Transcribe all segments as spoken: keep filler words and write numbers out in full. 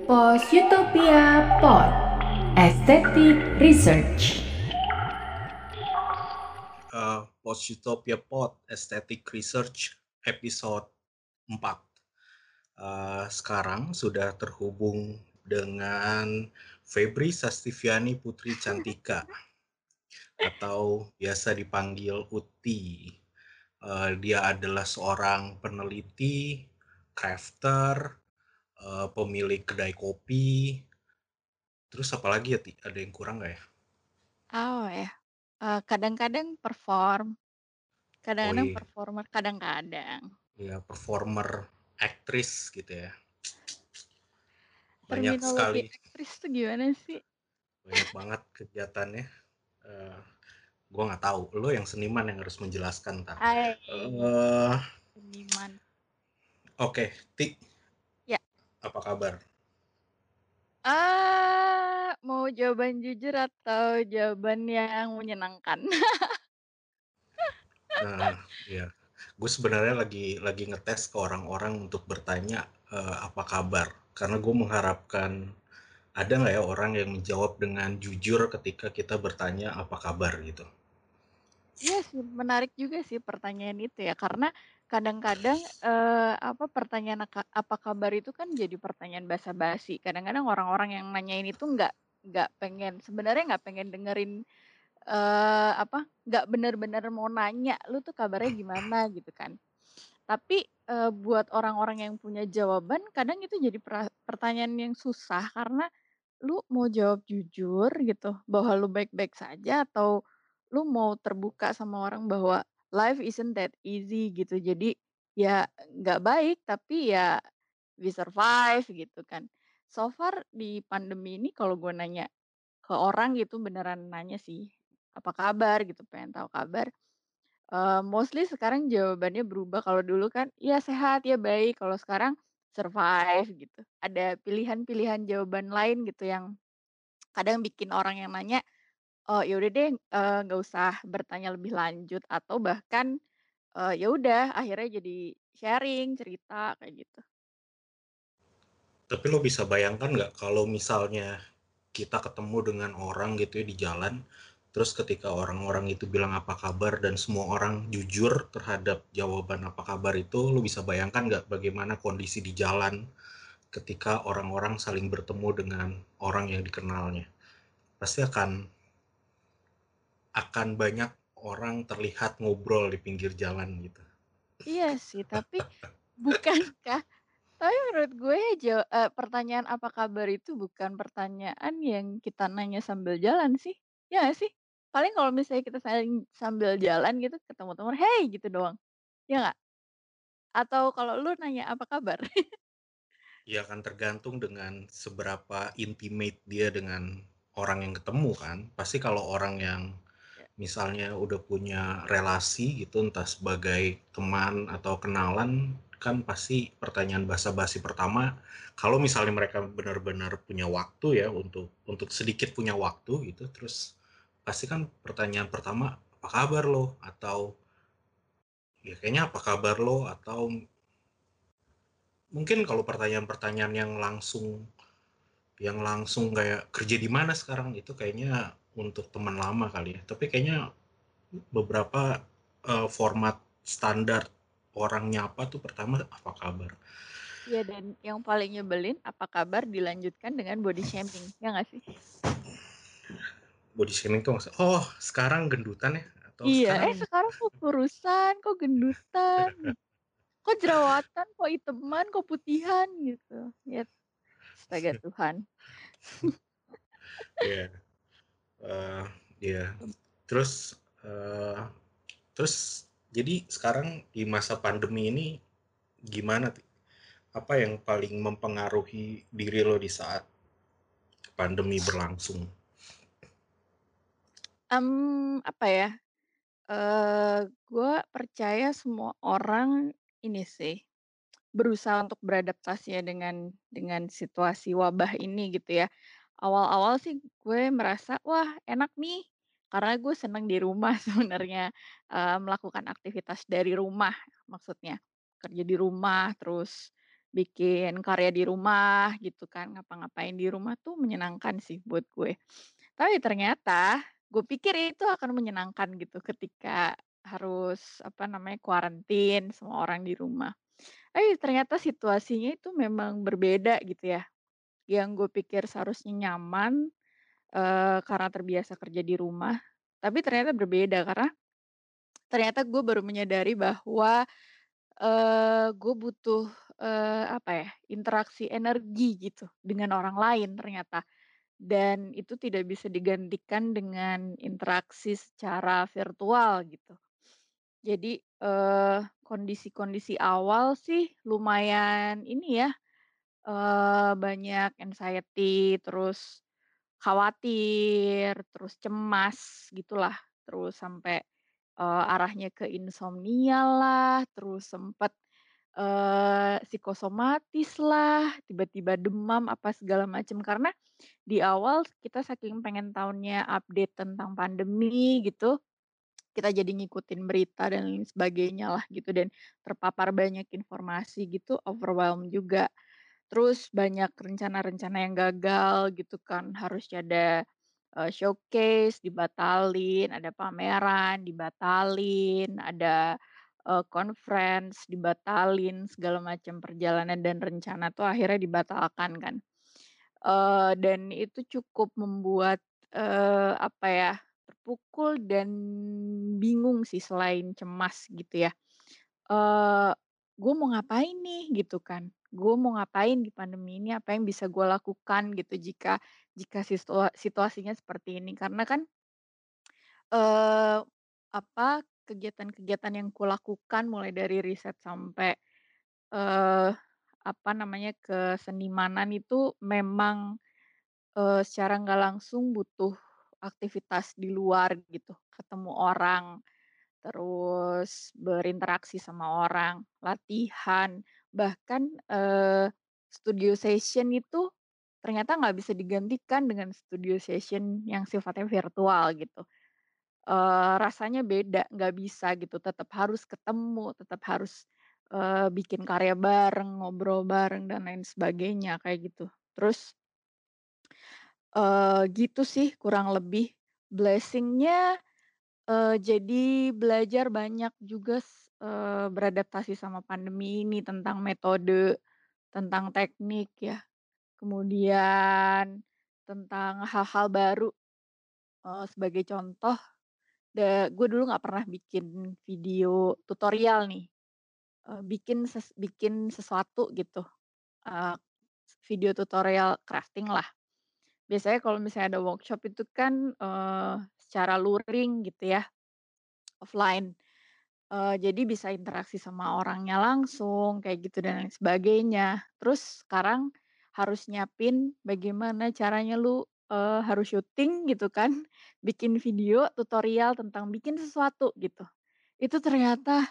Post Utopia Pod Aesthetic Research. uh, Post Utopia Pod Aesthetic Research episode empat. Uh, sekarang sudah terhubung dengan Febri Sastiviani Putri Cantika atau biasa dipanggil Uti. Uh, dia adalah seorang peneliti, crafter, uh, pemilik kedai kopi. Terus apa lagi ya, Ti? Ada yang kurang nggak ya? Oh ya, eee, kadang-kadang perform, Oh kadang-kadang iya, performer, kadang-kadang. ya performer, aktris gitu ya. Banyak Terminologi sekali, aktris tuh gimana sih? banyak banget kegiatannya. Uh, gue nggak tahu, lo yang seniman yang harus menjelaskan ntar. Hai, Uh, seniman. Oke, okay. Ti, Ya, apa kabar? ah, mau jawaban jujur atau jawaban yang menyenangkan? Nah, ya, gue sebenarnya lagi lagi ngetes ke orang-orang untuk bertanya uh, apa kabar, karena gue mengharapkan ada nggak ya orang yang menjawab dengan jujur ketika kita bertanya apa kabar gitu. Iya sih, menarik juga sih pertanyaan itu ya, karena kadang-kadang, eee, apa, pertanyaan aka apa kabar itu kan jadi pertanyaan basa-basi. Kadang-kadang orang-orang yang nanyain itu nggak nggak pengen sebenarnya nggak pengen dengerin Eee, apa, nggak bener-bener mau nanya, "Lu tuh kabarnya gimana?" Gitu kan. Tapi, eee, buat orang-orang yang punya jawaban kadang itu jadi pera pertanyaan yang susah karena lu mau jawab jujur gitu, bahwa lu baik-baik saja atau lu mau terbuka sama orang bahwa life isn't that easy gitu. Jadi ya nggak baik tapi ya we survive gitu kan. So far di pandemi ini kalau gue nanya ke orang gitu beneran nanya sih, "Apa kabar?" Gitu, pengen tahu kabar. Eee, mostly sekarang jawabannya berubah, kalau dulu kan, "Iya sehat, ya baik." Kalau sekarang, "Survive." Gitu. Ada pilihan-pilihan jawaban lain gitu yang kadang bikin orang yang nanya, "Oh ya udah deh, eee, nggak usah bertanya lebih lanjut." Atau bahkan, eee, ya udah akhirnya jadi sharing, cerita, kayak gitu. Tapi lo bisa bayangkan nggak kalau misalnya kita ketemu dengan orang gitu ya di jalan, terus ketika orang-orang itu bilang apa kabar dan semua orang jujur terhadap jawaban apa kabar itu, lo bisa bayangkan nggak bagaimana kondisi di jalan ketika orang-orang saling bertemu dengan orang yang dikenalnya? Pasti akan akan banyak orang terlihat ngobrol di pinggir jalan gitu. Iya sih, tapi bukankah tapi menurut gue ja eee, pertanyaan apa kabar itu bukan pertanyaan yang kita nanya sambil jalan sih, ya nggak sih? Paling kalau misalnya kita saling sambil jalan gitu ketemu temen, "Hey!" Gitu doang, ya nggak? Atau kalau lu nanya, "Apa kabar?" Ya akan tergantung dengan seberapa intimate dia dengan orang yang ketemu kan. Pasti kalau orang yang Ya. misalnya udah punya relasi gitu, entah sebagai teman atau kenalan, kan pasti pertanyaan basa-basi pertama, kalau misalnya mereka benar-benar punya waktu ya untuk untuk sedikit punya waktu gitu, terus pasti kan pertanyaan pertama, apa kabar lo? Atau ya kayaknya apa kabar lo? Atau mungkin kalau pertanyaan-pertanyaan yang langsung yang langsung kayak kerja di mana sekarang itu kayaknya untuk teman lama kali ya. Tapi kayaknya beberapa uh, format standar orang nyapa tuh pertama apa kabar. Iya dan yang paling nyebelin, "Apa kabar?" dilanjutkan dengan body shaming, ya nggak sih? Body shaming tuh maksud, oh sekarang gendutan ya atau Iya, "Eh, sekarang sekarang kok kurusan, kok gendutan, gitu. Kok jerawatan, kok iteman, kok putihan?" Gitu. Ya, astaga Tuhan. ya uh, ya terus uh, terus jadi sekarang di masa pandemi ini gimana, apa yang paling mempengaruhi diri lo di saat pandemi berlangsung? Mmm, apa ya, eee, gue percaya semua orang ini sih, berusaha untuk beradaptasi ya dengan dengan situasi wabah ini gitu ya. Awal-awal sih gue merasa, "Wah enak nih," karena gue seneng di rumah sebenarnya, eee, melakukan aktivitas dari rumah maksudnya. Kerja di rumah terus, bikin karya di rumah gitu kan, ngapa-ngapain di rumah tuh menyenangkan sih buat gue. Tapi ternyata gue pikir itu akan menyenangkan gitu ketika harus, apa namanya, kuarantin, semua orang di rumah. Eh, ternyata situasinya itu memang berbeda gitu ya. Yang gue pikir seharusnya nyaman, eee, karena terbiasa kerja di rumah, tapi ternyata berbeda karena ternyata gue baru menyadari bahwa, eee, gue butuh, eee, apa ya, interaksi energi gitu dengan orang lain ternyata. Dan itu tidak bisa digantikan dengan interaksi secara virtual gitu. Jadi, eee, kondisi-kondisi awal sih lumayan ini ya, eee, banyak anxiety, terus khawatir, terus cemas gitulah, terus sampai, eee, arahnya ke insomnia lah, terus sempet, eee, psikosomatis lah, tiba-tiba demam apa segala macam. Karena di awal kita saking pengen tahunya update tentang pandemi gitu, kita jadi ngikutin berita dan lain sebagainya lah gitu dan terpapar banyak informasi gitu, overwhelmed juga. Terus banyak rencana-rencana yang gagal gitu kan, harus ada, eee, showcase dibatalin, ada pameran dibatalin, ada, eee, conference dibatalin, segala macam perjalanan dan rencana tuh akhirnya dibatalkan kan. Eee, dan itu cukup membuat, eee, apa ya, terpukul dan bingung sih selain cemas gitu ya. Eee, gue mau ngapain nih gitu kan, gue mau ngapain di pandemi ini, apa yang bisa gue lakukan gitu jika jika situa situasinya seperti ini. Karena kan, eee, apa, kegiatan-kegiatan yang kulakukan mulai dari riset sampai, eee, apa namanya, kesenimanan itu memang Eee, secara nggak langsung butuh aktivitas di luar gitu, ketemu orang, terus berinteraksi sama orang, latihan, bahkan, eee, studio session itu ternyata nggak bisa digantikan dengan studio session yang sifatnya virtual gitu. Eee, rasanya beda, nggak bisa gitu, tetap harus ketemu, tetap harus, eee, bikin karya bareng, ngobrol bareng, dan lain sebagainya, kayak gitu. Terus Eee, gitu sih kurang lebih. Blessing-nya, eee, jadi belajar banyak juga s eee, beradaptasi sama pandemi ini tentang metode, tentang teknik ya, kemudian tentang hal-hal baru, eee, sebagai contoh, da gue dulu nggak pernah bikin video tutorial nih, eee, bikin ses bikin sesuatu gitu, eee, video tutorial crafting lah. Biasanya kalau misalnya ada workshop itu kan, eee, secara luring gitu ya, offline, eee, jadi bisa interaksi sama orangnya langsung kayak gitu dan lain sebagainya. Terus sekarang harus nyiapin bagaimana caranya lu, eee, harus syuting gitu kan, bikin video tutorial tentang bikin sesuatu gitu. Itu ternyata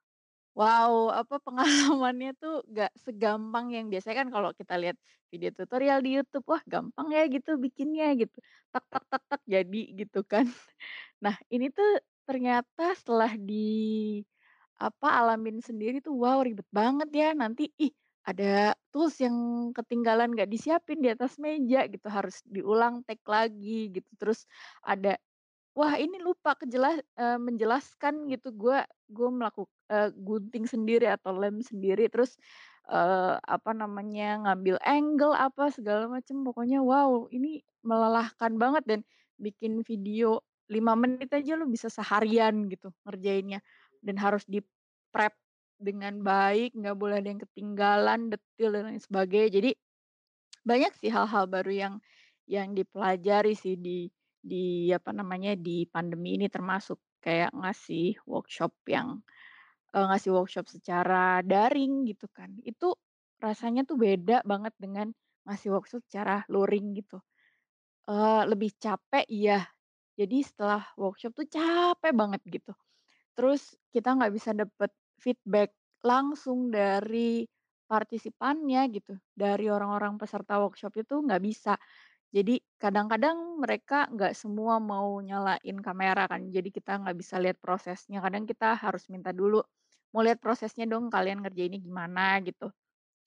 wow, apa, pengalamannya tuh gak segampang yang biasanya kan kalau kita lihat video tutorial di YouTube, wah gampang ya gitu bikinnya gitu, tak tak tak tak jadi gitu kan. Nah ini tuh ternyata setelah di apa, alamin sendiri tuh, wow ribet banget ya nanti, ih ada tools yang ketinggalan nggak disiapin di atas meja gitu, harus diulang take lagi gitu, terus ada wah ini lupa kejelas eee, menjelaskan gitu, gue gue melaku eee, gunting sendiri atau lem sendiri, terus, eee, apa namanya, ngambil angle apa segala macam, pokoknya wow ini melelahkan banget dan bikin video lima menit aja lu bisa seharian gitu ngerjainnya, dan harus di-prep dengan baik, nggak boleh ada yang ketinggalan, detil dan lain sebagainya. Jadi banyak sih hal-hal baru yang yang dipelajari sih di di apa namanya, di pandemi ini termasuk kayak ngasih workshop yang, eee, ngasih workshop secara daring gitu kan. Itu rasanya tuh beda banget dengan ngasih workshop secara luring gitu. Eee, lebih capek iya, jadi setelah workshop tuh capek banget gitu. Terus kita nggak bisa dapet feedback langsung dari partisipannya gitu, dari orang-orang peserta workshop itu nggak bisa. Jadi kadang-kadang mereka nggak semua mau nyalain kamera kan, jadi kita nggak bisa lihat prosesnya, kadang kita harus minta dulu, "Mau lihat prosesnya dong kalian ngerjainnya gimana?" Gitu.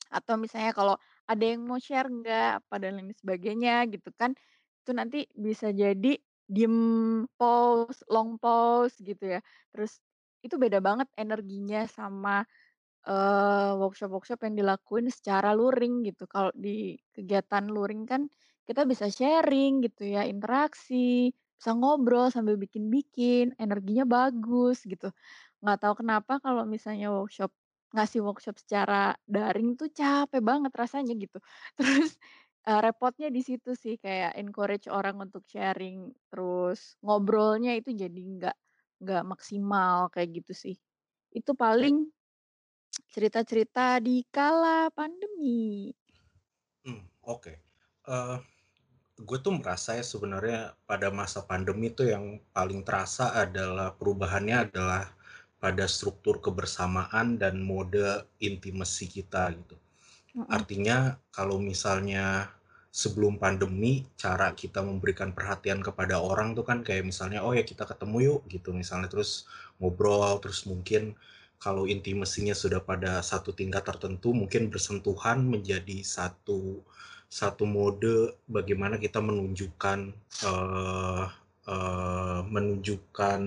Atau misalnya kalau ada yang mau share nggak, apa dan lain sebagainya gitu kan. Itu nanti bisa jadi diem, pause, long pause gitu ya. Terus itu beda banget energinya sama, eee, workshop-workshop yang dilakuin secara luring gitu. Kalau di kegiatan luring kan kita bisa sharing gitu ya, interaksi, bisa ngobrol sambil bikin-bikin, energinya bagus gitu. Nggak tahu kenapa kalau misalnya workshop ngasih workshop secara daring tuh capek banget rasanya gitu. Terus, eee, repotnya di situ sih kayak encourage orang untuk sharing, terus ngobrolnya itu jadi nggak nggak maksimal kayak gitu sih. Itu Oke. paling cerita-cerita di kala pandemi. Mmm, oke. Eee, gue tuh merasa ya sebenarnya pada masa pandemi tuh yang paling terasa adalah perubahannya adalah pada struktur kebersamaan dan mode intimacy kita gitu. Mhm. Artinya kalau misalnya sebelum pandemi cara kita memberikan perhatian kepada orang tuh kan kayak misalnya, "Oh ya kita ketemu yuk," gitu misalnya, terus ngobrol, terus mungkin kalau intimasinya sudah pada satu tingkat tertentu mungkin bersentuhan menjadi satu satu mode bagaimana kita menunjukkan, eee eee, menunjukkan,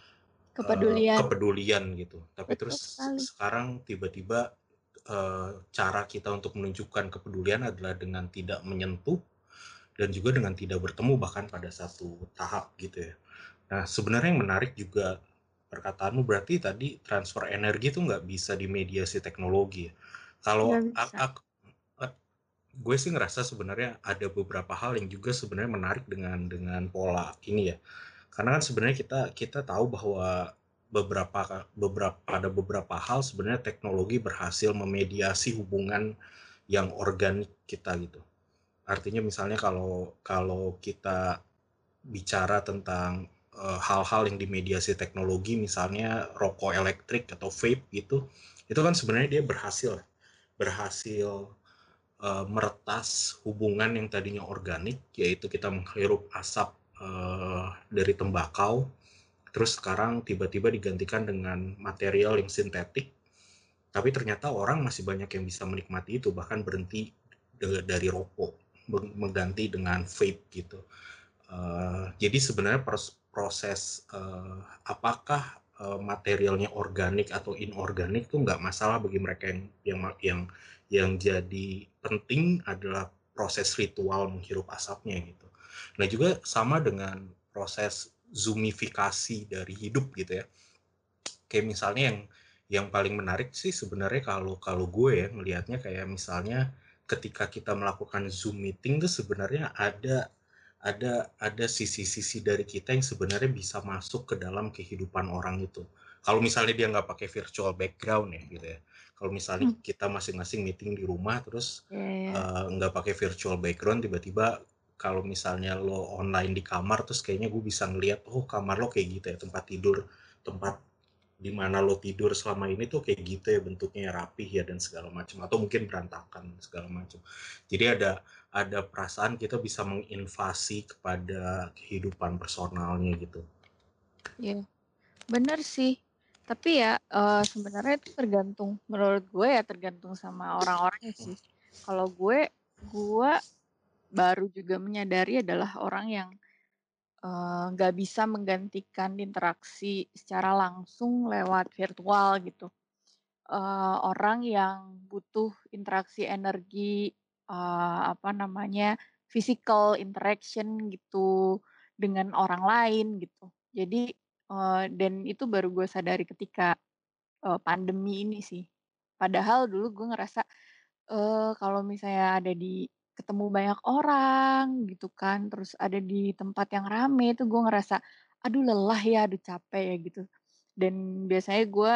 eee, Kepedulian, kepedulian gitu. Tapi betul terus sekali. sekarang tiba-tiba, eee, cara kita untuk menunjukkan kepedulian adalah dengan tidak menyentuh dan juga dengan tidak bertemu bahkan pada satu tahap gitu ya. Nah, sebenarnya yang menarik juga perkataanmu berarti tadi transfer energi itu nggak bisa dimediasi teknologi ya. Nggak Kalau ak bisa. ak eee, gue sih ngerasa sebenarnya ada beberapa hal yang juga sebenarnya menarik dengan dengan pola ini ya. Karena kan sebenarnya kita kita tahu bahwa beberapa beberapa ada beberapa hal sebenarnya teknologi berhasil memediasi hubungan yang organik kita gitu. Artinya misalnya kalau kalau kita bicara tentang, eee, hal-hal yang dimediasi teknologi misalnya rokok elektrik atau vape gitu, itu kan sebenarnya dia berhasil berhasil, eee, meretas hubungan yang tadinya organik, yaitu kita menghirup asap, eee, dari tembakau, terus sekarang tiba-tiba digantikan dengan material yang sintetik, tapi ternyata orang masih banyak yang bisa menikmati itu, bahkan berhenti de dari rokok, mengganti dengan vape gitu. Eee, jadi sebenarnya pros proses, eee, apakah, eee, materialnya organik atau inorganik tuh nggak masalah bagi mereka yang yang yang yang jadi penting adalah proses ritual menghirup asapnya gitu. Nah juga sama dengan proses zoomifikasi dari hidup gitu ya. Kayak misalnya yang yang paling menarik sih sebenarnya kalau kalau gue ya ngelihatnya kayak misalnya ketika kita melakukan Zoom meeting tuh sebenarnya ada ada ada sisi-sisi dari kita yang sebenarnya bisa masuk ke dalam kehidupan orang itu. Kalau misalnya dia nggak pakai virtual background ya gitu ya. Kalau misalnya Mmm, kita masing-masing meeting di rumah terus, iya iya. eee, nggak pakai virtual background tiba-tiba kalau misalnya lo online di kamar terus kayaknya gue bisa ngelihat, "Oh kamar lo kayak gitu ya, tempat tidur, tempat di mana lo tidur selama ini tuh kayak gitu ya bentuknya ya rapih ya dan segala macam atau mungkin berantakan segala macam. Jadi ada ada perasaan kita bisa menginvasi kepada kehidupan personalnya gitu. Iya, bener sih. Tapi ya, eee, sebenarnya itu tergantung menurut gue ya tergantung sama orang-orangnya sih. Kalau gue, gue baru juga menyadari adalah orang yang, eee, nggak bisa menggantikan interaksi secara langsung lewat virtual gitu. Eee, orang yang butuh interaksi energi, eee, apa namanya, physical interaction gitu, dengan orang lain gitu. Jadi, eee, dan itu baru gue sadari ketika, eee, pandemi ini sih. Padahal dulu gue ngerasa, eee, kalau misalnya ada di ketemu banyak orang gitu kan, terus ada di tempat yang rame itu gue ngerasa, "Aduh lelah ya, aduh capek ya," gitu. Dan biasanya gue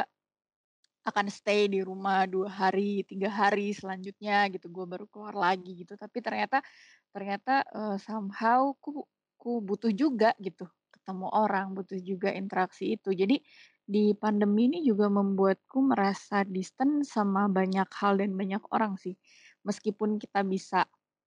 akan stay di rumah dua hari, tiga hari selanjutnya gitu, gue baru keluar lagi gitu. Tapi ternyata ternyata, eee, somehow ku ku butuh juga gitu ketemu orang, butuh juga interaksi itu. Jadi di pandemi ini juga membuatku merasa distant sama banyak hal dan banyak orang sih. Meskipun kita bisa,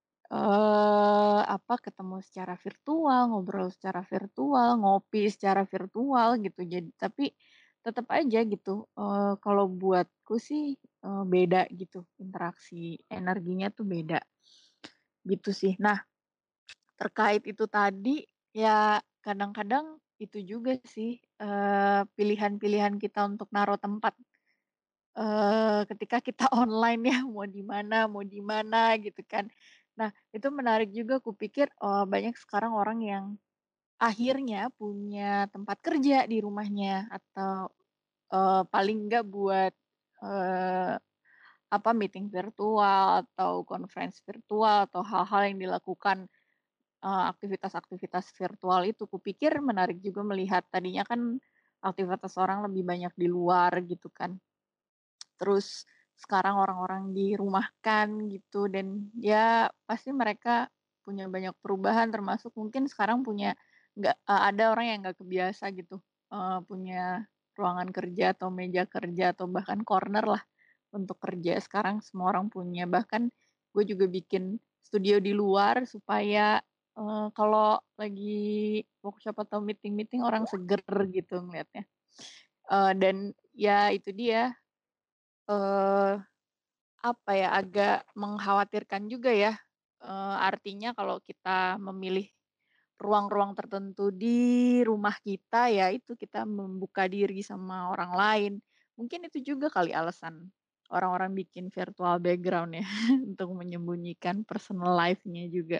eee, apa, ketemu secara virtual, ngobrol secara virtual, ngopi secara virtual gitu. Jadi tapi tetep aja gitu, eee, kalau buatku sih, eee, beda gitu interaksi energinya tuh beda, gitu sih. Nah, terkait itu tadi, ya kadang-kadang itu juga sih, eee, pilihan-pilihan kita untuk naruh tempat, eee, ketika kita online ya, mau di mana mau di mana gitu kan. Nah, itu menarik juga kupikir, eee, banyak sekarang orang yang akhirnya punya tempat kerja di rumahnya atau, eee, paling enggak buat, eee, apa, meeting virtual atau conference virtual atau hal-hal yang dilakukan, eee, aktivitas-aktivitas virtual itu. Kupikir menarik juga melihat tadinya kan aktivitas orang lebih banyak di luar gitu kan. Terus sekarang orang-orang dirumahkan gitu dan ya pasti mereka punya banyak perubahan termasuk mungkin sekarang punya nggak eee, ada orang yang nggak kebiasa gitu, eee, punya ruangan kerja atau meja kerja atau bahkan corner lah untuk kerja. Sekarang semua orang punya, bahkan gue juga bikin studio di luar supaya, eee, kalau lagi workshop atau meeting-meeting orang seger gitu ngelihatnya. Eee, dan ya itu dia, eee, apa ya, agak mengkhawatirkan juga ya, eee, artinya kalau kita memilih ruang-ruang tertentu di rumah kita, ya itu kita membuka diri sama orang lain. Mungkin itu juga kali alasan orang-orang bikin virtual background ya, untuk menyembunyikan personal life-nya juga.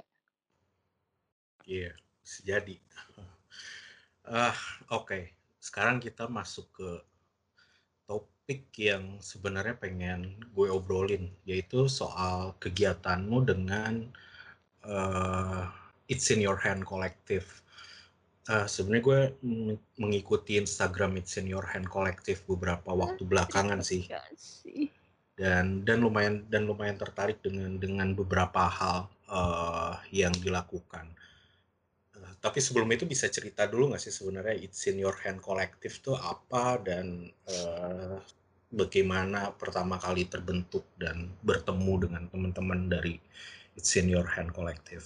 Iya, bisa jadi. Ah, oke. Sekarang kita masuk ke topik yang sebenarnya pengen gue obrolin, yaitu soal kegiatanmu dengan, eee, It's in Your Hand Collective. Eee, sebenarnya gue meng mengikuti Instagram It's in Your Hand Collective beberapa Ah, waktu belakangan terima sih, kasih. dan dan lumayan dan lumayan tertarik dengan dengan beberapa hal, eee, yang dilakukan. Eee, tapi sebelum itu bisa cerita dulu nggak sih sebenarnya It's in Your Hand Collective tuh apa dan, eee, bagaimana pertama kali terbentuk dan bertemu dengan teman-teman dari It's in Your Hand Collective?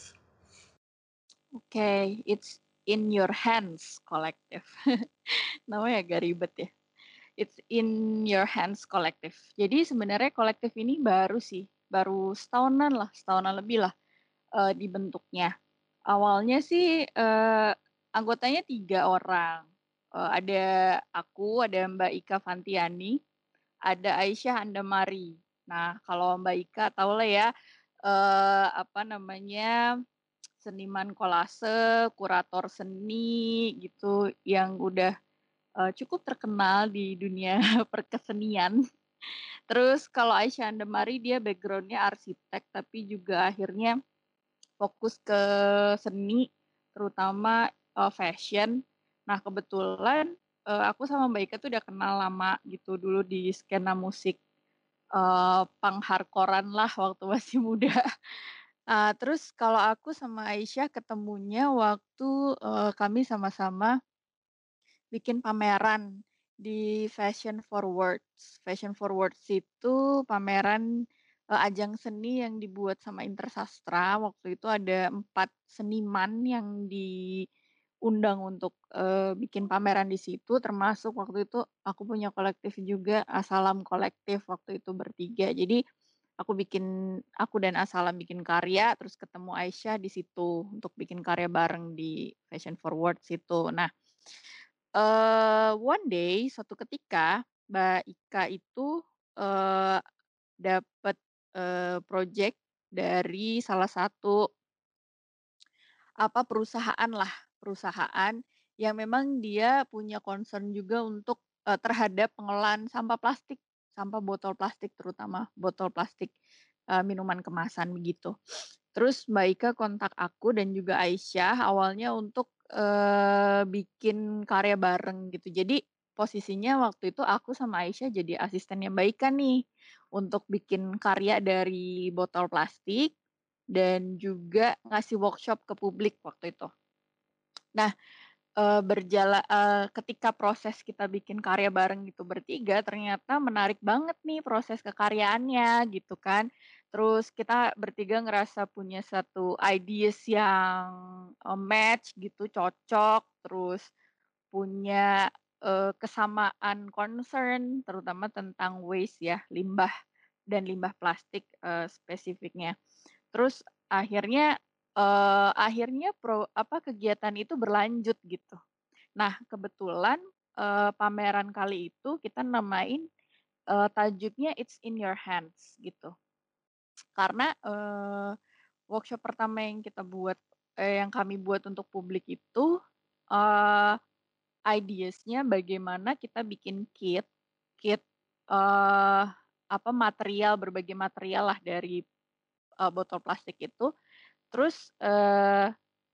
Oke, It's in Your Hands Collective. Namanya agak ribet ya. It's in Your Hands Collective. Jadi sebenarnya kolektif ini baru sih, baru setahunan lah, setahunan lebih lah, eee, dibentuknya. Awalnya sih, eee, anggotanya tiga orang, eee, ada aku, ada Mbak Ika Fantiani, ada Aisyah Andamari. Nah, kalau Mbak Ika tahulah ya, eee, apa namanya, seniman kolase, kurator seni gitu, yang udah, eee, cukup terkenal di dunia perkesenian. Terus kalau Aisyah Andamari dia background-nya arsitek, tapi juga akhirnya fokus ke seni, terutama, eee, fashion. Nah, kebetulan, eee, aku sama Mbak Ika tuh udah kenal lama gitu, dulu di skena musik, eee, punk hardcore-an lah waktu masih muda. Eee, terus kalau aku sama Aisyah ketemunya waktu, eee, kami sama-sama bikin pameran di Fashion Forwards. Fashion Forwards itu pameran, eee, ajang seni yang dibuat sama Intersastra. Waktu itu ada empat seniman yang diundang untuk, eee, bikin pameran di situ, termasuk waktu itu aku punya kolektif juga, Asalam Kolektif, waktu itu bertiga. Jadi aku bikin aku dan Asalam bikin karya, terus ketemu Aisyah di situ untuk bikin karya bareng di Fashion Forwards itu. Nah, eee, one day, suatu ketika, Mbak Ika itu, eee, dapet, eee, project dari salah satu apa, perusahaan lah, perusahaan yang memang dia punya concern juga untuk, eee, terhadap pengelolaan sampah plastik, sampah botol plastik terutama, botol plastik, eee, minuman kemasan begitu. Terus Mbak Ika kontak aku dan juga Aisyah awalnya untuk, eee, bikin karya bareng gitu. Jadi posisinya waktu itu aku sama Aisyah jadi asistennya Mbak Ika nih, untuk bikin karya dari botol plastik dan juga ngasih workshop ke publik waktu itu. Nah, eee, berjala eee, ketika proses kita bikin karya bareng gitu bertiga, ternyata menarik banget nih proses kekaryaannya gitu kan. Terus kita bertiga ngerasa punya satu ideas yang, eee, match gitu, cocok, terus punya eee, kesamaan concern terutama tentang waste ya, limbah dan limbah plastik, eee, spesifiknya. Terus akhirnya, eee, akhirnya pro apa, kegiatan itu berlanjut gitu. Nah kebetulan, eee, pameran kali itu kita namain, eee, tajuknya It's in Your Hands gitu. Karena, eee, workshop pertama yang kita buat eee, yang kami buat untuk publik itu, eee, ideas-nya bagaimana kita bikin kit kit, eee, apa, material berbagai material lah dari, eee, botol plastik itu, terus, eee,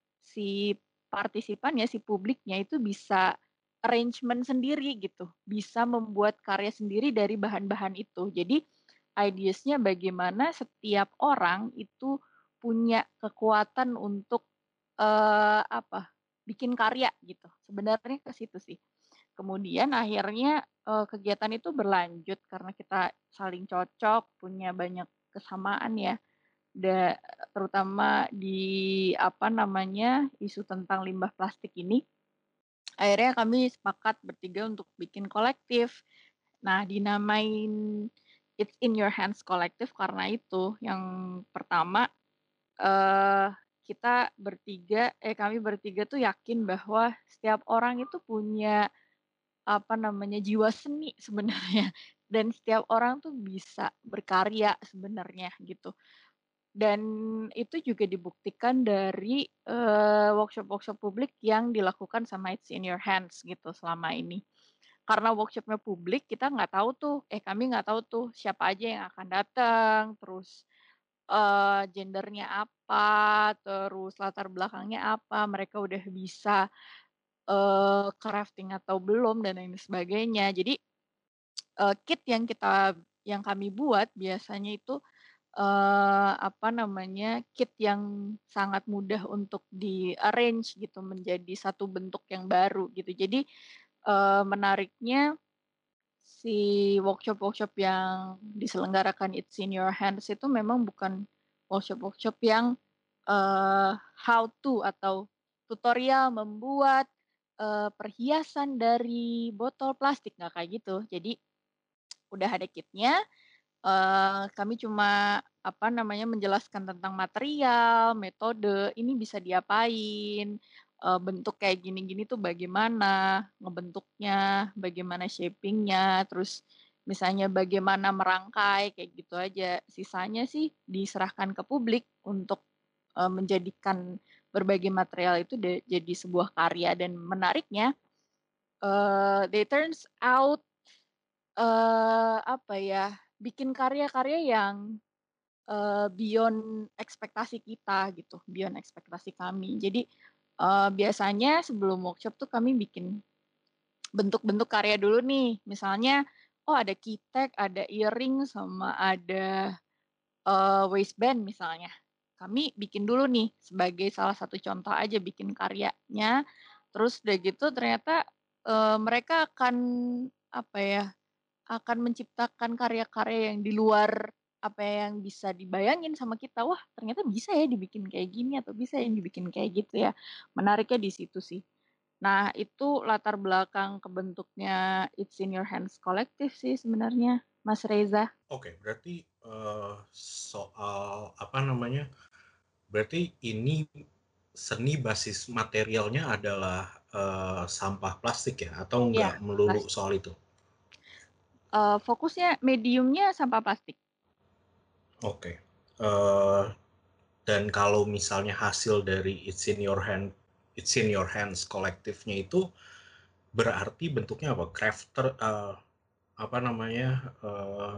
si partisipannya, si publiknya itu bisa arrangement sendiri gitu, bisa membuat karya sendiri dari bahan-bahan itu. Jadi ideas-nya bagaimana setiap orang itu punya kekuatan untuk, eee, apa, bikin karya gitu, sebenarnya ke situ sih. Kemudian akhirnya, eee, kegiatan itu berlanjut karena kita saling cocok, punya banyak kesamaan ya, da terutama di, apa namanya, isu tentang limbah plastik ini. Akhirnya kami sepakat bertiga untuk bikin kolektif. Nah dinamain It's in Your Hands Collective karena itu, yang pertama, eee, kita bertiga eh, kami bertiga tuh yakin bahwa setiap orang itu punya, apa namanya, jiwa seni sebenarnya dan setiap orang tuh bisa berkarya sebenarnya gitu. Dan itu juga dibuktikan dari, eee, workshop-workshop publik yang dilakukan sama It's in Your Hands gitu selama ini. Karena workshop-nya publik kita nggak tahu tuh eh, kami nggak tahu tuh siapa aja yang akan datang, terus, eee, gender-nya apa, terus latar belakangnya apa, mereka udah bisa, eee, crafting atau belum dan lain sebagainya. Jadi, eee, kit yang kita yang kami buat biasanya itu, eee, apa namanya, kit yang sangat mudah untuk di-arrange gitu menjadi satu bentuk yang baru gitu. Jadi, eee, menariknya si workshop-workshop yang diselenggarakan It's in Your Hands itu memang bukan workshop-workshop yang, eee, how to atau tutorial membuat, eee, perhiasan dari botol plastik, nggak kayak gitu. Jadi udah ada kitnya, eee, kami cuma, apa namanya, menjelaskan tentang material, metode, ini bisa diapain, eee, bentuk kayak gini-gini tuh bagaimana ngebentuknya, bagaimana shaping-nya, terus misalnya bagaimana merangkai, kayak gitu aja. Sisanya sih diserahkan ke publik untuk, eee, menjadikan berbagai material itu de jadi sebuah karya dan menariknya, eee, they turns out, eee, apa ya, bikin karya-karya yang, eee, beyond ekspektasi kita gitu, beyond ekspektasi kami. Jadi, eee, biasanya sebelum workshop tuh kami bikin bentuk-bentuk karya dulu nih, misalnya, oh ada keytag, ada earring, sama ada, eee, waistband misalnya. Kami bikin dulu nih sebagai salah satu contoh aja bikin karyanya, terus udah gitu ternyata, eee, mereka akan, apa ya, akan menciptakan karya-karya yang di luar apa yang bisa dibayangin sama kita, wah ternyata bisa ya dibikin kayak gini atau bisa ya dibikin kayak gitu ya. Menariknya di situ sih. Nah itu latar belakang kebentuknya It's in Your Hands Collective sih sebenarnya, Mas Reza. Oke, berarti, eee, soal apa namanya, berarti ini seni basis materialnya adalah, eee, sampah plastik ya? Atau Iya, nggak melulu plastik. soal itu? Eee, fokusnya medium-nya sampah plastik. Oke, eee, dan kalau misalnya hasil dari It's in Your Hand It's in Your Hands kolektifnya itu berarti bentuknya apa? Crafter, eee, apa namanya, eee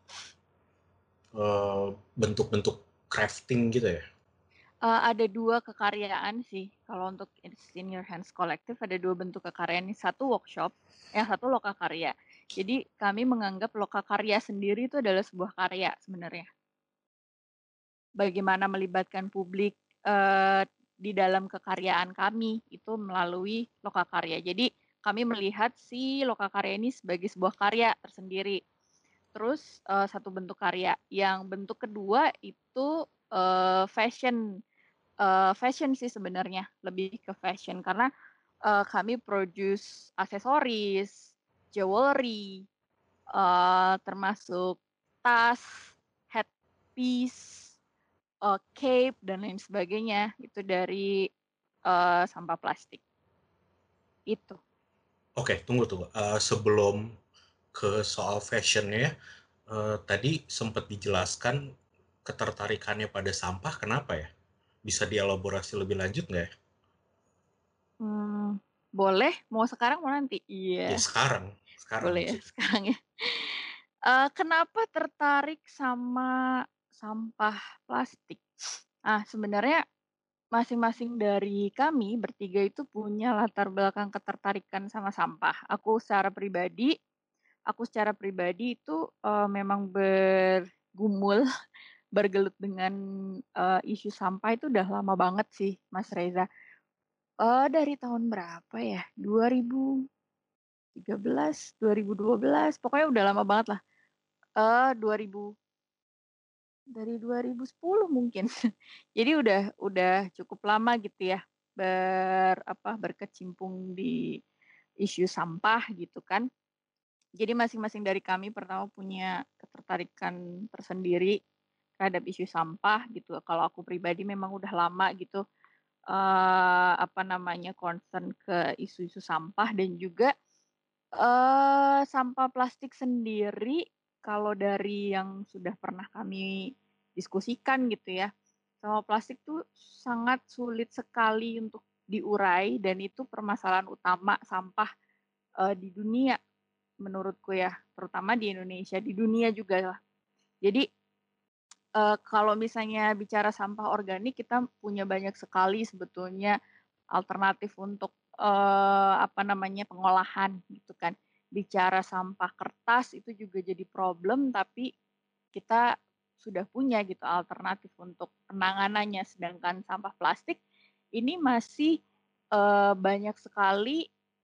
eee, bentuk-bentuk crafting gitu ya? Eee, ada dua kekaryaan sih, kalau untuk It's in Your Hands Collective ada dua bentuk kekaryaan, yang satu workshop, yang satu lokakarya. Jadi kami menganggap lokakarya sendiri itu adalah sebuah karya sebenarnya. Bagaimana melibatkan publik, eee, di dalam kekaryaan kami, itu melalui lokakarya. Jadi kami melihat si lokakarya ini sebagai sebuah karya tersendiri. Terus, eee, satu bentuk karya. Yang bentuk kedua itu, eee, fashion, eee, fashion sih sebenarnya, lebih ke fashion. Karena uh, kami produce aksesoris, jewelry, uh, termasuk tas, headpiece, uh, cape, dan lain sebagainya. Itu dari uh, sampah plastik. Itu. Oke, tunggu tunggu. Uh, sebelum ke soal fashionnya, uh, tadi sempat dijelaskan ketertarikannya pada sampah. Kenapa ya? Bisa dielaborasi lebih lanjut nggak ya? Hmm, boleh. Mau sekarang mau nanti? Ya Iya. sekarang, sekarang Boleh ya maksudnya. sekarang ya. Uh, kenapa tertarik sama sampah plastik? Ah, sebenarnya masing-masing dari kami bertiga itu punya latar belakang ketertarikan sama sampah. Aku secara pribadi, aku secara pribadi itu uh, memang bergumul, bergelut dengan uh, isu sampah itu udah lama banget sih, Mas Reza. Uh, dari tahun berapa ya? dua ribu tiga belas, dua ribu dua belas, pokoknya udah lama banget lah. Eh, dua ribu dari dua ribu sepuluh mungkin. Jadi udah udah cukup lama gitu ya ber apa berkecimpung di isu sampah gitu kan. Jadi masing-masing dari kami pertama punya ketertarikan tersendiri terhadap isu sampah gitu. Kalau aku pribadi memang udah lama gitu eh apa namanya concern ke isu-isu sampah dan juga eh sampah plastik sendiri kalau dari yang sudah pernah kami diskusikan gitu ya, sampah plastik tuh sangat sulit sekali untuk diurai dan itu permasalahan utama sampah eh, di dunia menurutku ya, terutama di Indonesia, di dunia juga lah. Jadi eh, kalau misalnya bicara sampah organik kita punya banyak sekali sebetulnya alternatif untuk eh, apa namanya pengolahan gitu kan. Bicara sampah kertas itu juga jadi problem tapi kita sudah punya gitu alternatif untuk penanganannya sedangkan sampah plastik ini masih eh, banyak sekali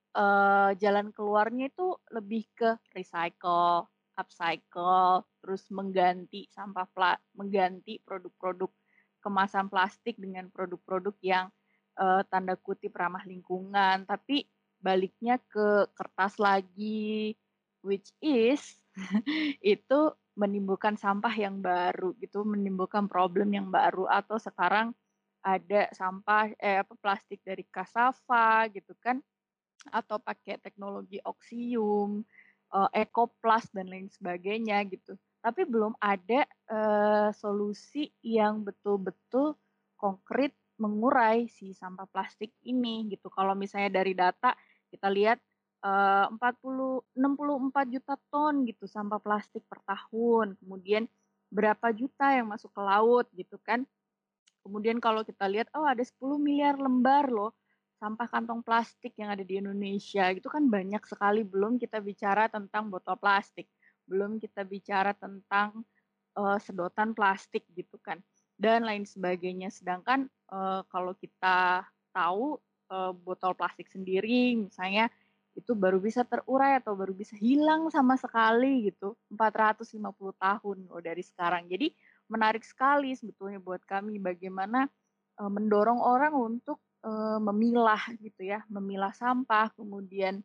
eh, jalan keluarnya itu lebih ke recycle, upcycle, terus mengganti sampah pla mengganti produk-produk kemasan plastik dengan produk-produk yang uh, tanda kutip ramah lingkungan, tapi baliknya ke kertas lagi, which is itu menimbulkan sampah yang baru gitu, menimbulkan problem yang baru atau sekarang ada sampah eh apa plastik dari cassava gitu kan atau pakai teknologi oksium, uh, ekoplast dan lain sebagainya gitu. Tapi belum ada uh, solusi yang betul-betul konkret mengurai si sampah plastik ini gitu. Kalau misalnya dari data kita lihat uh, empat puluh enam puluh empat juta ton gitu sampah plastik per tahun. Kemudian berapa juta yang masuk ke laut gitu kan. Kemudian kalau kita lihat, oh ada sepuluh miliar lembar loh sampah kantong plastik yang ada di Indonesia. Itu kan banyak sekali, belum kita bicara tentang botol plastik. Belum kita bicara tentang uh, sedotan plastik gitu kan. Dan lain sebagainya. Sedangkan uh, kalau kita tahu uh, botol plastik sendiri misalnya itu baru bisa terurai atau baru bisa hilang sama sekali gitu empat ratus lima puluh tahun loh dari sekarang. Jadi menarik sekali sebetulnya buat kami bagaimana uh, mendorong orang untuk uh, memilah gitu ya, memilah sampah, kemudian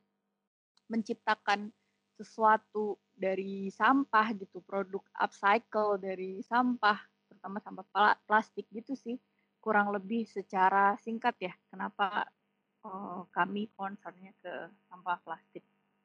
menciptakan sesuatu dari sampah gitu, produk upcycle dari sampah, terutama sampah plastik gitu sih, kurang lebih secara singkat ya, kenapa uh, kami concernnya ke sampah plastik.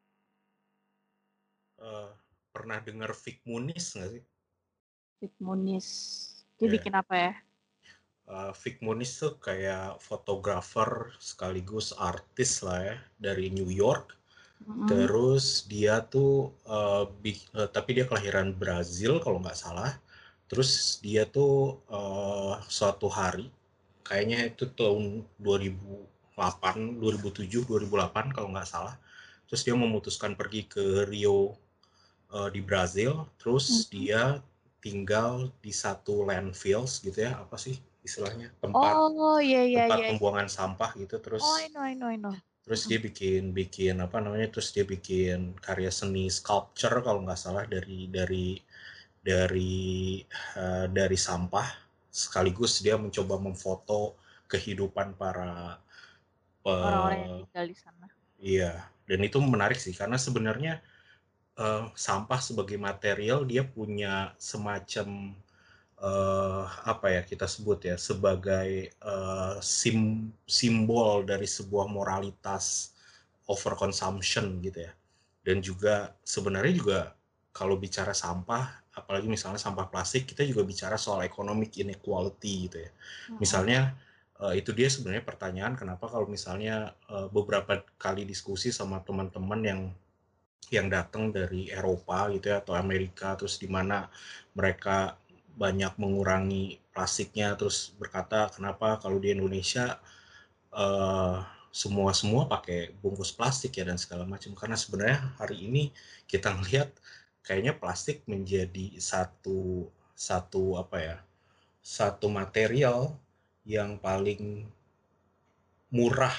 Uh, pernah dengar Vic Muniz nggak sih? Vic Muniz, dia Ya, bikin apa ya? uh, Vic Muniz tuh kayak fotografer sekaligus artis lah ya dari New York. Mm-hmm. Terus dia tuh uh, bi- uh, tapi dia kelahiran Brazil kalau nggak salah. Terus dia tuh uh, suatu hari, kayaknya itu tahun dua ribu delapan, dua ribu tujuh, dua ribu delapan kalau nggak salah. Terus dia memutuskan pergi ke Rio uh, di Brazil. Terus Mm-hmm. dia tinggal di satu landfills gitu ya, apa sih istilahnya, tempat Oh iya iya tempat iya. pembuangan sampah gitu. Oh I Terus know I know I know. terus dia bikin bikin apa namanya, terus dia bikin karya seni sculpture kalau nggak salah dari dari dari uh, dari sampah, sekaligus dia mencoba memfoto kehidupan para orang-orang yang Eee, tinggal di sana. iya, dan itu menarik sih karena sebenarnya, eee, sampah sebagai material dia punya semacam, eee, apa ya kita sebut ya, sebagai, eee, sim simbol dari sebuah moralitas overconsumption gitu ya. Dan juga sebenarnya juga kalau bicara sampah, apalagi misalnya sampah plastik, kita juga bicara soal economic inequality gitu ya. Mhm. Misalnya, eee, itu dia sebenarnya pertanyaan kenapa kalau misalnya, eee, beberapa kali diskusi sama teman-teman yang yang datang dari Eropa gitu ya atau Amerika, terus di mana mereka banyak mengurangi plastiknya, terus berkata kenapa kalau di Indonesia eh, semua-semua pakai bungkus plastik ya dan segala macam. Karena sebenarnya hari ini kita ngelihat kayaknya plastik menjadi satu satu apa ya, satu material yang paling murah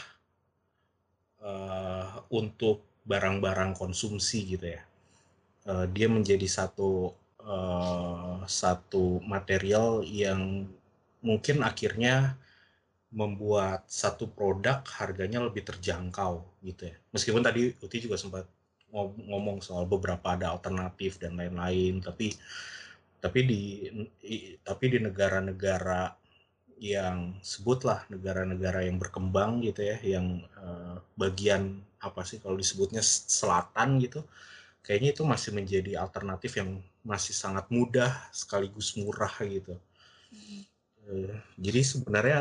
eh, untuk barang-barang konsumsi gitu ya. Eh, dia menjadi satu eh, satu material yang mungkin akhirnya membuat satu produk harganya lebih terjangkau gitu ya. Meskipun tadi Uti juga sempat ngomong soal beberapa ada alternatif dan lain-lain, tapi tapi di tapi di negara-negara yang sebutlah negara-negara yang berkembang gitu ya, yang uh, bagian apa sih kalau disebutnya selatan gitu, kayaknya itu masih menjadi alternatif yang masih sangat mudah sekaligus murah gitu. Mhm. Uh, jadi sebenarnya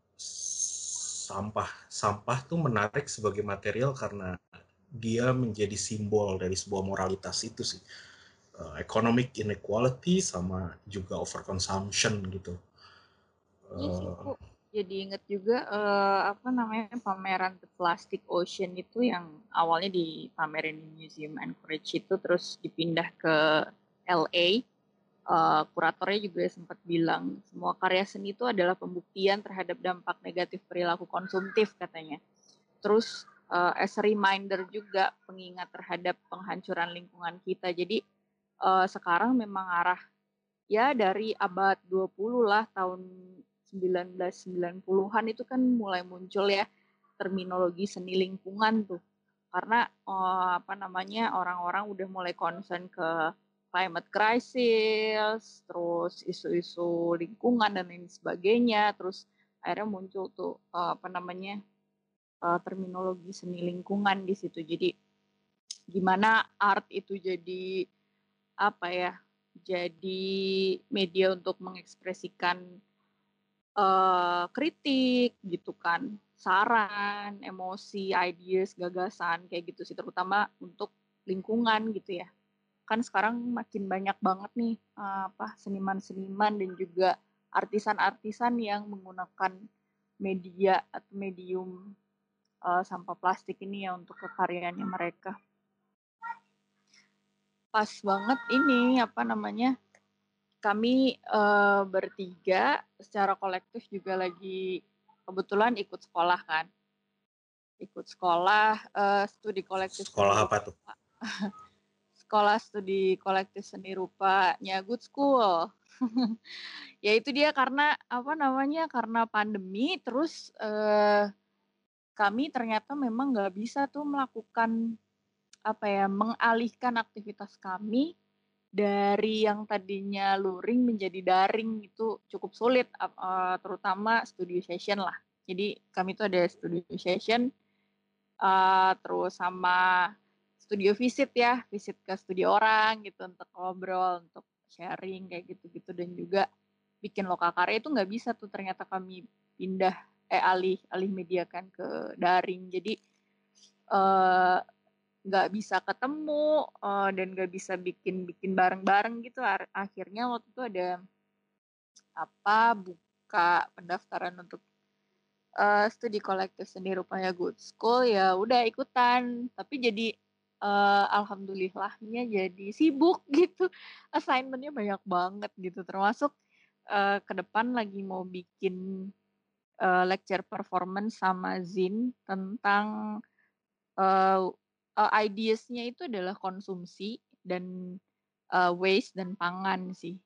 sampah sampah tuh menarik sebagai material karena dia menjadi simbol dari sebuah moralitas itu sih. Uh, economic inequality sama juga overconsumption gitu. Iya sih, Uh, aku jadi inget juga eh, apa namanya pameran The Plastic Ocean itu yang awalnya dipamerin di Museum Anchorage itu terus dipindah ke L A. Eh, kuratornya juga sempat bilang semua karya seni itu adalah pembuktian terhadap dampak negatif perilaku konsumtif katanya. Terus eh, as a reminder juga pengingat terhadap penghancuran lingkungan kita. Jadi eh, sekarang memang arah ya dari abad dua puluh lah tahun sembilan belas sembilan puluhan itu kan mulai muncul ya terminologi seni lingkungan tuh. Karena oh, apa namanya orang-orang udah mulai concern ke climate crisis, terus isu-isu lingkungan dan lain sebagainya, terus akhirnya muncul tuh uh, apa namanya uh, terminologi seni lingkungan di situ. Jadi gimana art itu jadi apa ya? Jadi media untuk mengekspresikan uh, kritik gitu kan, saran, emosi, ideas, gagasan kayak gitu sih, terutama untuk lingkungan gitu ya. Kan sekarang makin banyak banget nih uh, apa seniman-seniman dan juga artisan-artisan yang menggunakan media atau medium uh, sampah plastik ini ya untuk kekaryanya mereka. Pas banget ini apa namanya kami uh, bertiga secara kolektif juga lagi kebetulan ikut sekolah kan, ikut sekolah uh, studi kolektif seni sekolah apa tuh? rupa, sekolah studi kolektif seni rupanya Good School. Ya itu dia karena apa namanya karena pandemi terus uh, kami ternyata memang nggak bisa tuh melakukan apa ya mengalihkan aktivitas kami dari yang tadinya luring menjadi daring itu cukup sulit, uh, terutama studio session lah. Jadi kami tuh ada studio session, uh, terus sama studio visit ya, visit ke studio orang gitu untuk ngobrol, untuk sharing kayak gitu-gitu dan juga bikin lokakarya itu nggak bisa tuh ternyata kami pindah eh alih alih media kan ke daring. Jadi uh, nggak bisa ketemu uh, dan nggak bisa bikin bikin bareng-bareng gitu. Akhirnya waktu itu ada apa buka pendaftaran untuk uh, studi kolektif seni rupanya Good School, ya udah ikutan tapi jadi uh, alhamdulillahnya jadi sibuk gitu, assignmentnya banyak banget gitu, termasuk uh, ke depan lagi mau bikin uh, lecture performance sama Zin tentang uh, uh, ideasnya itu adalah konsumsi dan uh, waste dan pangan sih,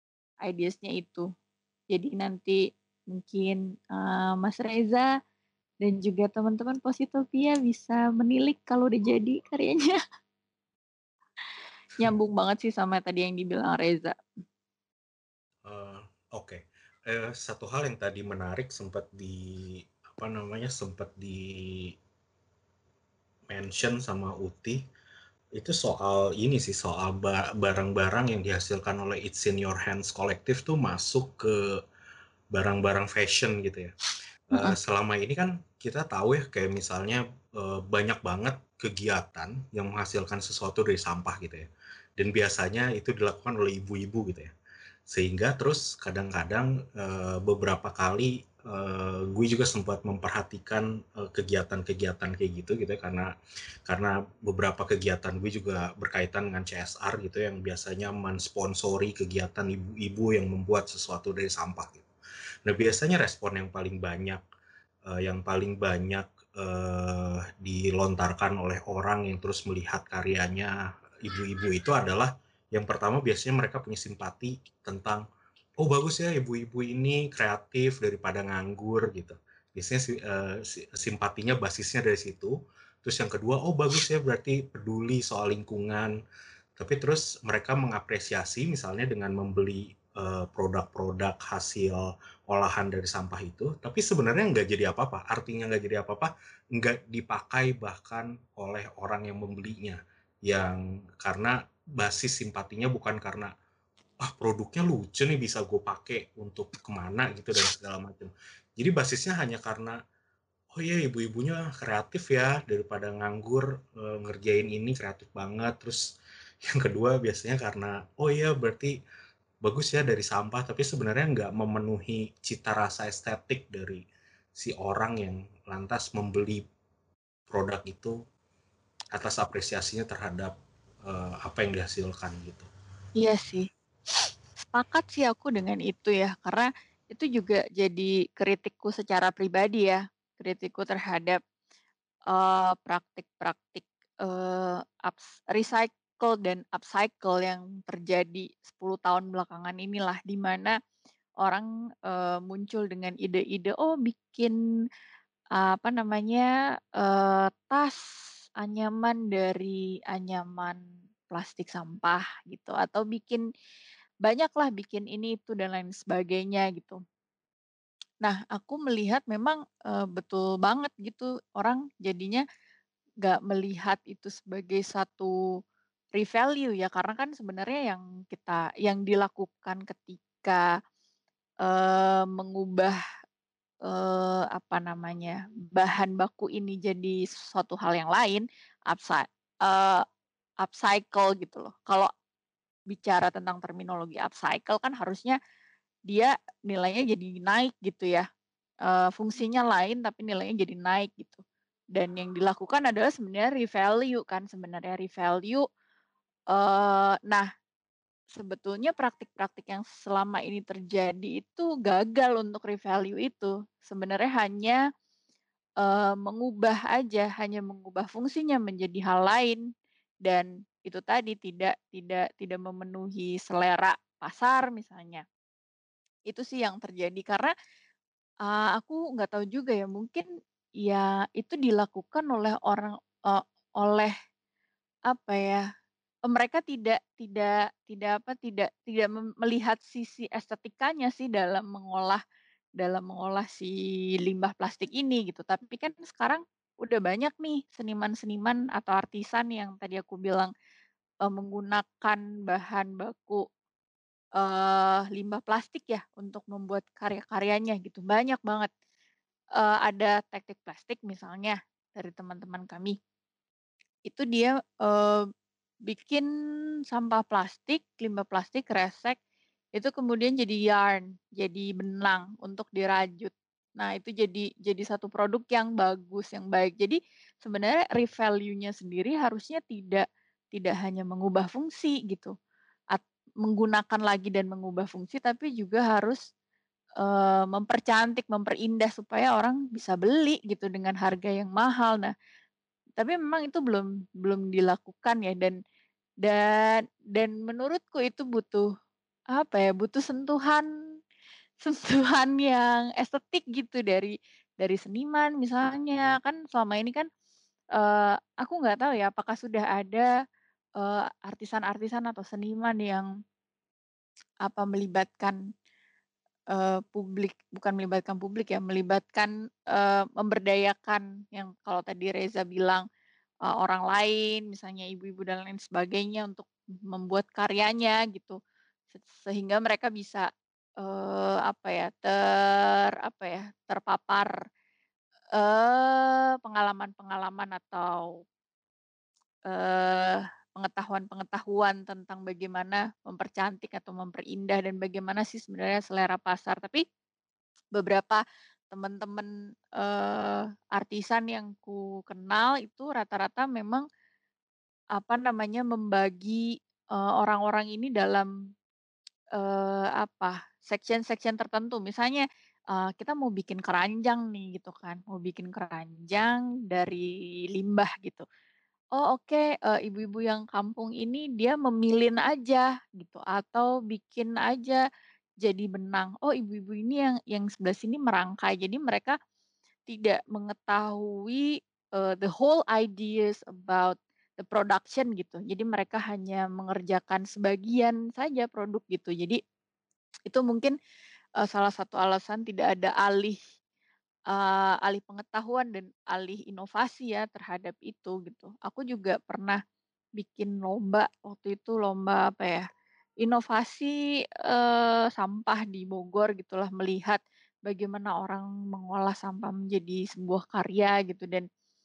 ideasnya itu. Jadi nanti mungkin uh, Mas Reza Dan juga teman-teman Positopia bisa menilik kalau udah jadi karyanya. Nyambung banget sih sama tadi yang dibilang Reza. Eee, oke. Eee, satu hal yang tadi menarik sempat di apa namanya, sempat di-mention sama Uti, itu soal ini sih, soal ba barang-barang yang dihasilkan oleh It's in Your Hands Collective tuh masuk ke barang-barang fashion gitu ya. Eee, Heeh. selama ini kan kita tahu ya kayak misalnya, eee, banyak banget kegiatan yang menghasilkan sesuatu dari sampah gitu ya, dan biasanya itu dilakukan oleh ibu-ibu gitu ya. Sehingga terus kadang-kadang, eee, beberapa kali, eee, gue juga sempat memperhatikan, eee, kegiatan-kegiatan kayak gitu gitu ya, karena karena beberapa kegiatan gue juga berkaitan dengan C S R gitu yang biasanya mensponsori kegiatan ibu-ibu yang membuat sesuatu dari sampah gitu. Nah, biasanya respon yang paling banyak, eee, yang paling banyak, eee, dilontarkan oleh orang yang terus melihat karyanya ibu-ibu itu adalah, yang pertama biasanya mereka punya simpati tentang, "Oh bagus ya ibu-ibu ini kreatif daripada nganggur," gitu. Biasanya si eee, si simpatinya basisnya dari situ. Terus yang kedua, "Oh bagus ya berarti peduli soal lingkungan." Tapi terus mereka mengapresiasi misalnya dengan membeli, eee, produk-produk hasil olahan dari sampah itu, tapi sebenarnya nggak jadi apa-apa. Artinya nggak jadi apa-apa, nggak dipakai bahkan oleh orang yang membelinya. Yang karena basis simpatinya bukan karena, "Ah, produknya lucu nih, bisa gue pakai untuk kemana gitu dan segala macam." Jadi basisnya hanya karena, "Oh iya ibu-ibunya kreatif ya, daripada nganggur, eee, ngerjain ini kreatif banget." Terus yang kedua biasanya karena, "Oh iya berarti bagus ya dari sampah," tapi sebenarnya nggak memenuhi cita rasa estetik dari si orang yang lantas membeli produk itu atas apresiasinya terhadap, eee, apa yang dihasilkan gitu. Iya sih. Sepakat sih aku dengan itu ya, karena itu juga jadi kritikku secara pribadi ya, kritikku terhadap, eee, praktik-praktik, eee, ups recycle dan upcycle yang terjadi sepuluh tahun belakangan inilah, di mana orang, eee, muncul dengan ide-ide, "Oh bikin, apa namanya, eee, tas anyaman dari anyaman plastik sampah," gitu, atau bikin banyaklah bikin ini, itu, dan lain sebagainya gitu. Nah, aku melihat memang, eee, betul banget gitu, orang jadinya nggak melihat itu sebagai satu revalue ya, karena kan sebenarnya yang kita yang dilakukan ketika, eee, mengubah, eee, apa namanya, bahan baku ini jadi suatu hal yang lain, upsa eee, upcycle gitu loh. Kalau bicara tentang terminologi upcycle kan harusnya dia nilainya jadi naik gitu ya, eee, fungsinya lain tapi nilainya jadi naik gitu. Dan yang dilakukan adalah sebenarnya revalue kan sebenarnya, revalue, eee, nah sebetulnya praktik-praktik yang selama ini terjadi itu gagal untuk revalue itu. Sebenarnya hanya, eee, mengubah aja, hanya mengubah fungsinya menjadi hal lain, dan itu tadi tidak tidak tidak memenuhi selera pasar misalnya. Itu sih yang terjadi karena, eee, aku nggak tahu juga ya, mungkin ya itu dilakukan oleh orang, eee, oleh apa ya, eee, mereka tidak tidak tidak apa, tidak tidak mem melihat sisi estetikanya sih dalam mengolah dalam mengolah si limbah plastik ini gitu. Tapi kan sekarang udah banyak nih seniman-seniman atau artisan yang tadi aku bilang, eee, menggunakan bahan baku, eee, limbah plastik ya untuk membuat karya-karyanya gitu, banyak banget. Eee, ada teknik plastik misalnya dari teman-teman kami, itu dia, eee, bikin sampah plastik, limbah plastik kresek, itu kemudian jadi yarn, jadi benang untuk dirajut. Nah itu jadi jadi satu produk yang bagus, yang baik. Jadi sebenarnya revalue-nya sendiri harusnya tidak tidak hanya mengubah fungsi gitu, at menggunakan lagi dan mengubah fungsi, tapi juga harus, eee, mempercantik, memperindah supaya orang bisa beli gitu dengan harga yang mahal. Nah, tapi memang itu belum belum dilakukan ya, dan dan dan menurutku itu butuh, apa ya, butuh sentuhan sentuhan yang estetik gitu dari dari seniman misalnya. Kan selama ini kan, eee, aku nggak tahu ya apakah sudah ada, eee, artisan-artisan atau seniman yang apa, melibatkan, eee, publik bukan melibatkan publik ya, melibatkan, eee, memberdayakan yang kalau tadi Reza bilang, eee, orang lain, misalnya ibu-ibu dan lain sebagainya untuk membuat karyanya gitu. Se sehingga mereka bisa, eee, apa ya, ter apa ya, terpapar, eee, pengalaman-pengalaman atau, eee, pengetahuan-pengetahuan tentang bagaimana mempercantik atau memperindah dan bagaimana sih sebenarnya selera pasar. Tapi beberapa teman-teman, eee, artisan yang ku kenal itu rata-rata memang apa namanya, membagi, eee, orang-orang ini dalam, eee, apa, section-section tertentu. Misalnya, eee, kita mau bikin keranjang nih gitu kan, mau bikin keranjang dari limbah gitu. Oh oke, eee, ibu-ibu yang kampung ini dia memilin aja gitu, atau bikin aja jadi benang. Oh ibu-ibu ini yang yang sebelah sini merangkai. Jadi mereka tidak mengetahui, eee, the whole ideas about the production gitu. Jadi mereka hanya mengerjakan sebagian saja produk gitu. Jadi itu mungkin, eee, salah satu alasan tidak ada alih, eee, alih pengetahuan dan alih inovasi ya terhadap itu gitu. Aku juga pernah bikin lomba, waktu itu lomba apa ya, inovasi, eee, sampah di Bogor gitulah, melihat bagaimana orang mengolah sampah menjadi sebuah karya gitu dan,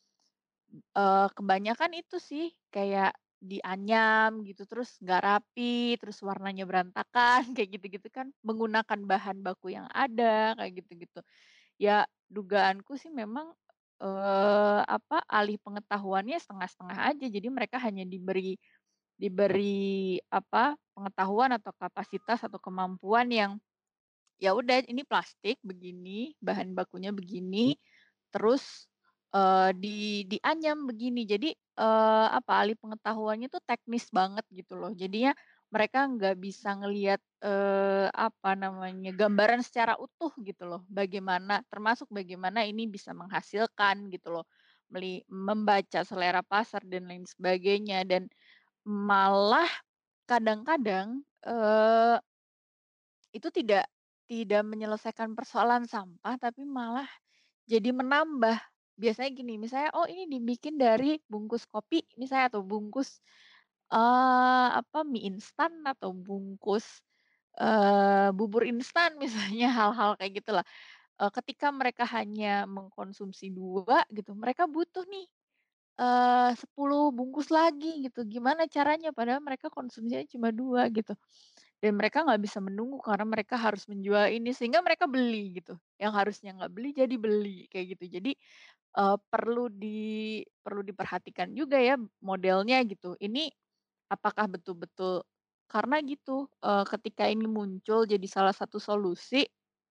eee, kebanyakan itu sih kayak dianyam gitu, terus nggak rapi, terus warnanya berantakan, kayak gitu-gitu kan, menggunakan bahan baku yang ada, kayak gitu-gitu. Ya dugaanku sih memang, eee, apa, alih pengetahuannya setengah-setengah aja, jadi mereka hanya diberi Diberi apa, pengetahuan atau kapasitas atau kemampuan yang, ya udah ini plastik begini, bahan bakunya begini, terus, eee, di dianyam begini. Jadi, eee, apa, alih pengetahuannya tuh teknis banget gitu loh. Jadinya mereka nggak bisa ngelihat, eee, apa namanya, gambaran secara utuh gitu loh, bagaimana termasuk bagaimana ini bisa menghasilkan gitu loh, meli membaca selera pasar dan lain sebagainya. Dan malah kadang-kadang, eee, itu tidak tidak menyelesaikan persoalan sampah, tapi malah jadi menambah. Biasanya gini, misalnya, "Oh, ini dibikin dari bungkus kopi," misalnya, atau bungkus, eee, apa, mie instan, atau bungkus, eee, bubur instan misalnya, hal-hal kayak gitulah. Eee, ketika mereka hanya mengkonsumsi dua gitu, mereka butuh nih Eee, sepuluh bungkus lagi gitu, gimana caranya? Padahal mereka konsumsinya cuma dua gitu, dan mereka nggak bisa menunggu karena mereka harus menjual ini, sehingga mereka beli gitu, yang harusnya nggak beli jadi beli, kayak gitu. Jadi, eee, perlu di perlu diperhatikan juga ya modelnya gitu, ini apakah betul-betul karena gitu, eee, ketika ini muncul jadi salah satu solusi,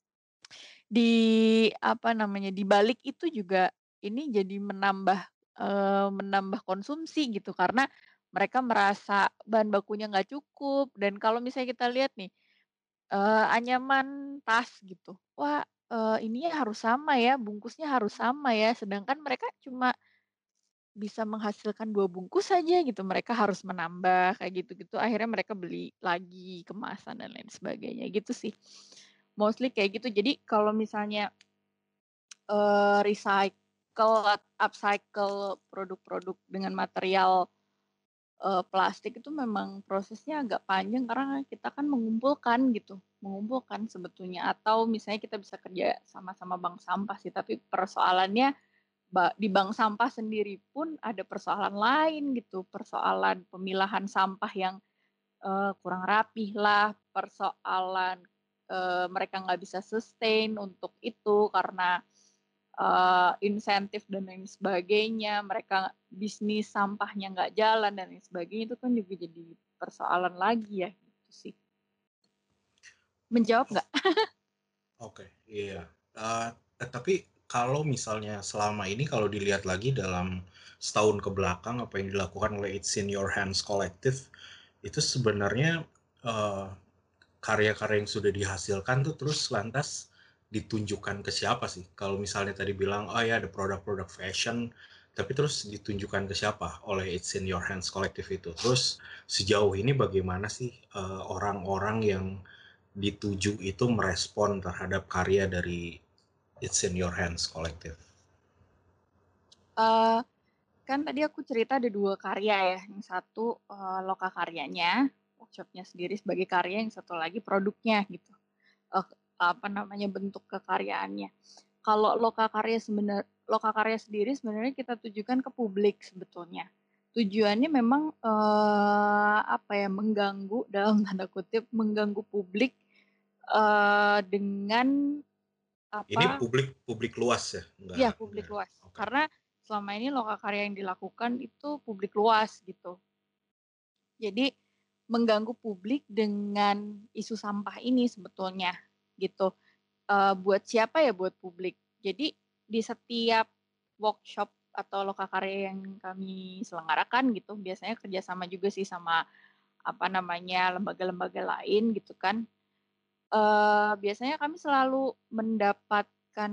di apa namanya, di balik itu juga ini jadi menambah, eee, menambah konsumsi gitu karena mereka merasa bahan bakunya nggak cukup. Dan kalau misalnya kita lihat nih, eee, anyaman tas gitu, wah, eee, ininya harus sama ya, bungkusnya harus sama ya, sedangkan mereka cuma bisa menghasilkan dua bungkus saja gitu, mereka harus menambah kayak gitu-gitu, akhirnya mereka beli lagi kemasan dan lain sebagainya gitu sih. Mostly kayak gitu. Jadi kalau misalnya Eee, recycle at upcycle produk-produk dengan material, eee, plastik itu memang prosesnya agak panjang karena kita kan mengumpulkan gitu, mengumpulkan sebetulnya atau misalnya kita bisa kerja sama-sama bank sampah sih, tapi persoalannya ba di bank sampah sendiri pun ada persoalan lain gitu, persoalan pemilahan sampah yang, eee, kurang rapih lah, persoalan, eee, mereka nggak bisa sustain untuk itu karena Eee, insentif dan lain sebagainya, mereka bisnis sampahnya nggak jalan dan lain sebagainya, itu kan juga jadi persoalan lagi ya, gitu sih. Menjawab Oh, nggak? oke, iya. Eee, eh, tapi kalau misalnya selama ini kalau dilihat lagi dalam setahun ke belakang apa yang dilakukan oleh It's in Your Hands Collective, itu sebenarnya, eee, karya-karya yang sudah dihasilkan tuh terus lantas ditunjukkan ke siapa sih? Kalau misalnya tadi bilang, oh ya ada produk-produk fashion, tapi terus ditunjukkan ke siapa oleh It's in Your Hands Collective itu? Terus sejauh ini bagaimana sih uh, orang-orang yang dituju itu merespon terhadap karya dari It's in Your Hands Collective? Uh, kan tadi aku cerita ada dua karya ya. Yang satu uh, loka karyanya, workshopnya sendiri sebagai karya, yang satu lagi produknya gitu. Uh, apa namanya bentuk kekaryaannya. Kalau loka karya sebenar loka karya sendiri sebenarnya kita tujukan ke publik sebetulnya. Tujuannya memang uh, apa ya mengganggu dalam tanda kutip mengganggu publik uh, dengan Ini apa? publik publik luas ya? Enggak, Iya publik enggak. luas. Oke. Karena selama ini loka karya yang dilakukan itu publik luas gitu. Jadi mengganggu publik dengan isu sampah ini sebetulnya gitu. Uh, buat siapa ya buat publik. Jadi di setiap workshop atau loka karya yang kami selenggarakan gitu biasanya kerjasama juga sih sama apa namanya lembaga-lembaga lain gitu kan. Uh, biasanya kami selalu mendapatkan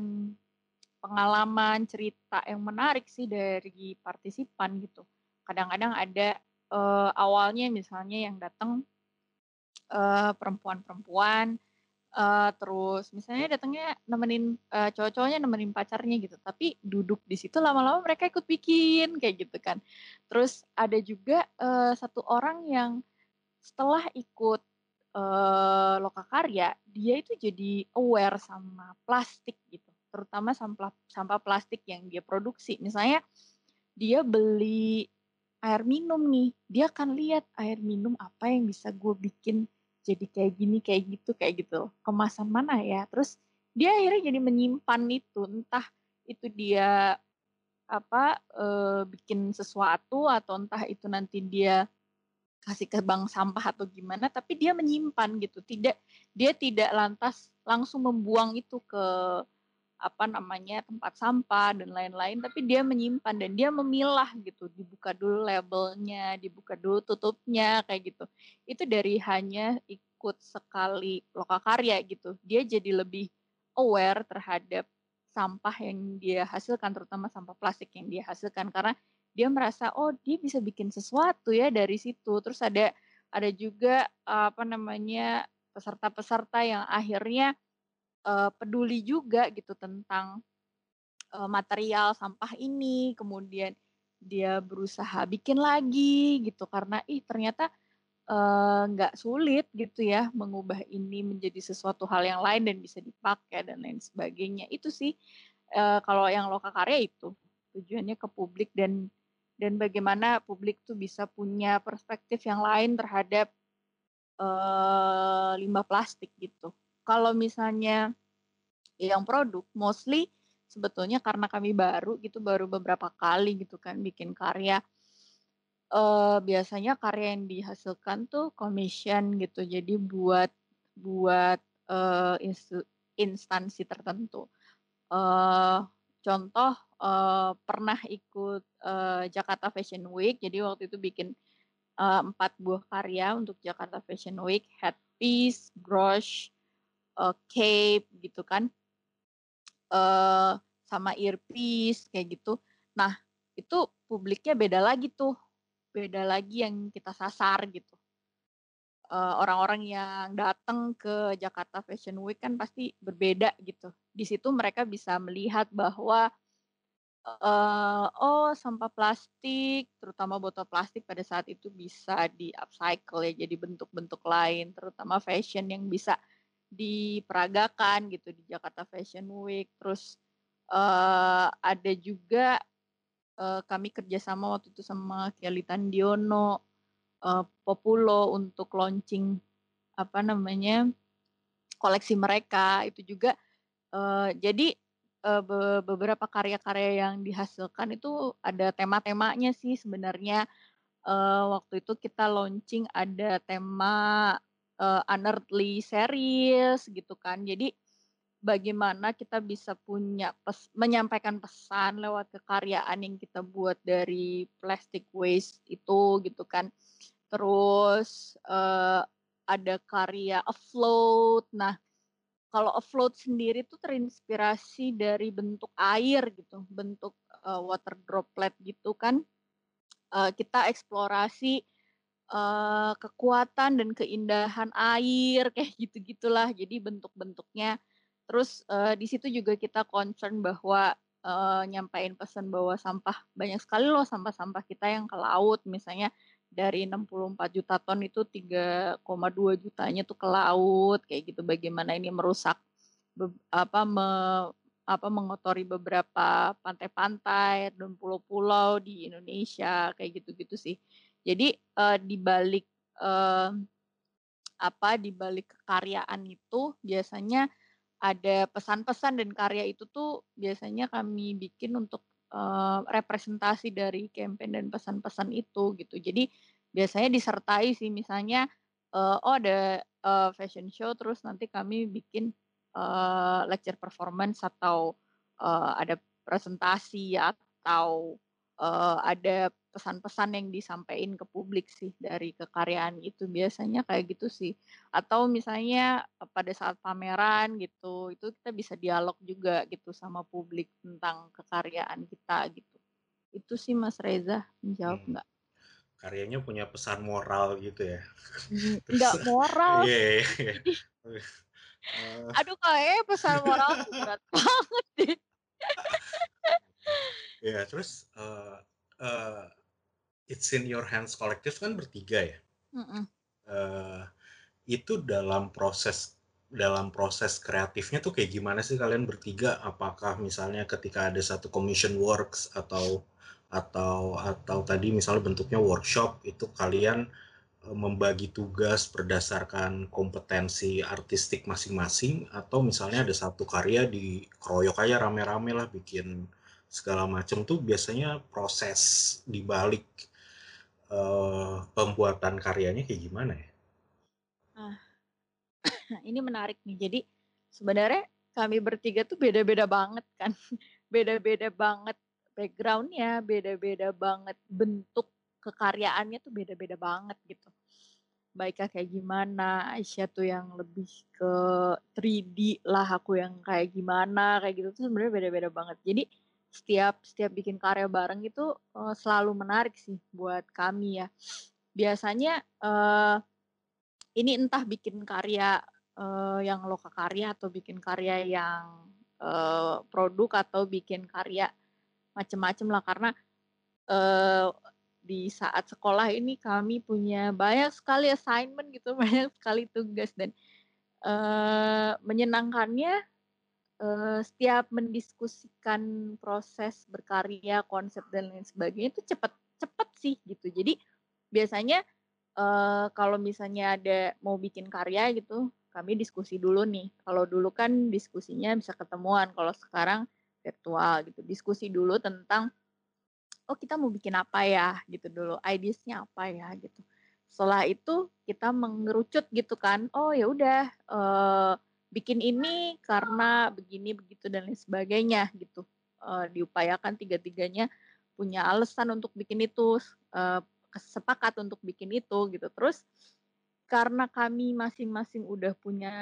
pengalaman cerita yang menarik sih dari partisipan gitu. Kadang-kadang ada uh, awalnya misalnya yang datang uh, perempuan-perempuan uh, terus misalnya datangnya nemenin uh, cowok-cowoknya nemenin pacarnya gitu tapi duduk di situ lama-lama mereka ikut bikin kayak gitu kan terus ada juga uh, satu orang yang setelah ikut uh, loka karya dia itu jadi aware sama plastik gitu terutama sampah sampah plastik yang dia produksi misalnya dia beli air minum nih dia akan lihat air minum apa yang bisa gue bikin jadi kayak gini kayak gitu kayak gitu kemasan mana ya terus dia akhirnya jadi menyimpan itu entah itu dia apa e, bikin sesuatu atau entah itu nanti dia kasih ke bank sampah atau gimana tapi dia menyimpan gitu tidak dia tidak lantas langsung membuang itu ke apa namanya tempat sampah dan lain-lain tapi dia menyimpan dan dia memilah gitu dibuka dulu labelnya dibuka dulu tutupnya kayak gitu itu dari hanya ikut sekali loka karya gitu dia jadi lebih aware terhadap sampah yang dia hasilkan terutama sampah plastik yang dia hasilkan karena dia merasa oh dia bisa bikin sesuatu ya dari situ terus ada ada juga apa namanya peserta-peserta yang akhirnya uh, peduli juga gitu tentang uh, material sampah ini, kemudian dia berusaha bikin lagi gitu karena ih ternyata nggak uh, sulit gitu ya mengubah ini menjadi sesuatu hal yang lain dan bisa dipakai dan lain sebagainya. Itu sih uh, kalau yang loka karya itu tujuannya ke publik dan dan bagaimana publik tuh bisa punya perspektif yang lain terhadap uh, limbah plastik gitu. Kalau misalnya yang produk mostly sebetulnya karena kami baru gitu baru beberapa kali gitu kan bikin karya uh, biasanya karya yang dihasilkan tuh commission gitu jadi buat buat uh, instansi tertentu uh, contoh uh, pernah ikut uh, Jakarta Fashion Week jadi waktu itu bikin uh, empat buah karya untuk Jakarta Fashion Week headpiece, brush, uh, cape gitu kan uh, sama earpiece kayak gitu. Nah, itu publiknya beda lagi tuh. Beda lagi yang kita sasar gitu. Uh, orang-orang yang datang ke Jakarta Fashion Week kan pasti berbeda gitu. Di situ mereka bisa melihat bahwa uh, oh sampah plastik, terutama botol plastik pada saat itu bisa di upcycle ya jadi bentuk-bentuk lain, terutama fashion yang bisa diperagakan gitu di Jakarta Fashion Week. Terus uh, ada juga uh, kami kerjasama waktu itu sama Kelly Tandiono, uh, Populo untuk launching apa namanya koleksi mereka itu juga. Uh, jadi uh, be- beberapa karya-karya yang dihasilkan itu ada tema-temanya sih sebenarnya. Uh, waktu itu kita launching ada tema uh, Unearthly Series gitu kan. Jadi bagaimana kita bisa punya pes, menyampaikan pesan lewat kekaryaan yang kita buat dari plastic waste itu gitu kan. Terus uh, ada karya Afloat. Nah, kalau Afloat sendiri tuh terinspirasi dari bentuk air gitu, bentuk, eee, water droplet gitu kan, eee, kita eksplorasi, eee, kekuatan dan keindahan air kayak gitu-gitulah. Jadi bentuk-bentuknya. Terus, eee, di situ juga kita concern bahwa, eee, nyampein pesan bahwa sampah banyak sekali loh sampah-sampah kita yang ke laut, misalnya dari enam puluh empat juta ton itu tiga koma dua jutanya tuh ke laut, kayak gitu. Bagaimana ini merusak beb apa, me apa, mengotori beberapa pantai-pantai dan pulau-pulau di Indonesia, kayak gitu-gitu sih. Jadi, eee, di balik, eee, apa, di balik kekaryaan itu biasanya ada pesan-pesan dan karya itu tuh biasanya kami bikin untuk, eee, representasi dari campaign dan pesan-pesan itu gitu. Jadi biasanya disertai sih misalnya, eee, oh ada, eee, fashion show terus nanti kami bikin, eee, lecture performance atau, eee, ada presentasi atau, eee, ada pesan-pesan yang disampaikan ke publik sih dari kekaryaan itu, biasanya kayak gitu sih. Atau misalnya, eee, pada saat pameran gitu, itu kita bisa dialog juga gitu sama publik tentang kekaryaan kita gitu. Itu sih Mas Reza, menjawab Hmm. nggak? Karyanya punya pesan moral gitu ya. Mmm, Terus nggak moral iya sih. iya iya. Jadi Eee, aduh kayaknya pesan moral tuh berat banget deh. iya terus, eee eee, It's in Your Hands Collective kan bertiga ya? Mhm. Eee, itu dalam proses dalam proses kreatifnya tuh kayak gimana sih kalian bertiga? Apakah misalnya ketika ada satu commission works atau atau atau tadi misalnya bentuknya workshop, itu kalian, eee, membagi tugas berdasarkan kompetensi artistik masing-masing, atau misalnya ada satu karya dikeroyok aja rame-rame lah bikin segala macam tuh biasanya proses di balik, eee, pembuatan karyanya kayak gimana ya? Nah, ini menarik nih. Jadi sebenarnya kami bertiga tuh beda-beda banget kan, beda-beda banget background-nya, beda-beda banget bentuk kekaryaannya tuh beda-beda banget gitu. Mbak Ika kayak gimana, Aisyah tuh yang lebih ke tiga D lah, aku yang kayak gimana, kayak gitu tuh sebenarnya beda-beda banget. Jadi setiap setiap bikin karya bareng itu, eee, selalu menarik sih buat kami ya. Biasanya, eee, ini entah bikin karya, eee, yang lokakarya atau bikin karya yang, eee, produk atau bikin karya macem-macem lah karena, eee, di saat sekolah ini kami punya banyak sekali assignment gitu, banyak sekali tugas dan, eee, menyenangkannya, eee, setiap mendiskusikan proses berkarya, konsep dan lain sebagainya itu cepet cepet sih gitu. Jadi biasanya, eee, kalau misalnya ada mau bikin karya gitu, kami diskusi dulu nih. Kalau dulu kan diskusinya bisa ketemuan, kalau sekarang virtual gitu. Diskusi dulu tentang oh kita mau bikin apa ya gitu dulu, ideas-nya apa ya gitu. Setelah itu kita mengerucut gitu kan, oh ya udah, eee, bikin ini karena begini, begitu dan lain sebagainya gitu. Eee, diupayakan tiga-tiganya punya alasan untuk bikin itu, eee, sepakat untuk bikin itu gitu. Terus karena kami masing-masing udah punya,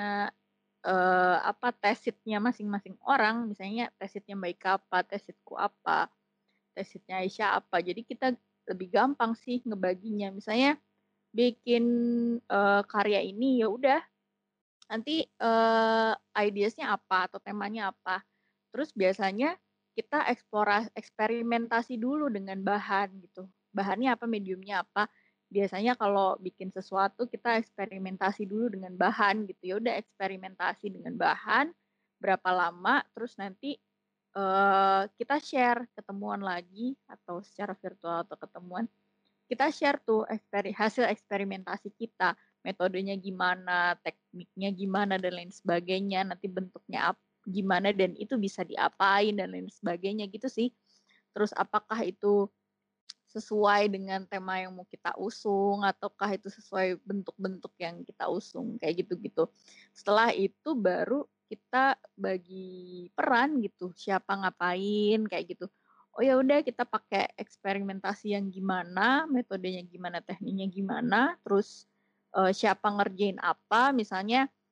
eee, apa, test-sheet-nya masing-masing orang, misalnya test sheet-nya Mbak Ika apa, test sheet-ku apa, test sheet-nya Aisyah apa. Jadi kita lebih gampang sih ngebaginya. Misalnya bikin, eee, karya ini, ya udah nanti, eee, ideas-nya apa atau temanya apa. Terus biasanya kita eksplora eksperimentasi dulu dengan bahan gitu. Bahannya apa, mediumnya apa. Biasanya kalau bikin sesuatu kita eksperimentasi dulu dengan bahan gitu. Ya udah eksperimentasi dengan bahan, berapa lama, terus nanti, eee, kita share, ketemuan lagi atau secara virtual atau ketemuan, kita share tuh eksperi hasil eksperimentasi kita, metodenya gimana, tekniknya gimana, dan lain sebagainya, nanti bentuknya ap gimana dan itu bisa diapain dan lain sebagainya gitu sih. Terus apakah itu sesuai dengan tema yang mau kita usung, ataukah itu sesuai bentuk-bentuk yang kita usung, kayak gitu-gitu. Setelah itu baru kita bagi peran gitu, siapa ngapain, kayak gitu. Oh ya udah kita pakai eksperimentasi yang gimana, metodenya gimana, tekniknya gimana, terus, eee, siapa ngerjain apa, misalnya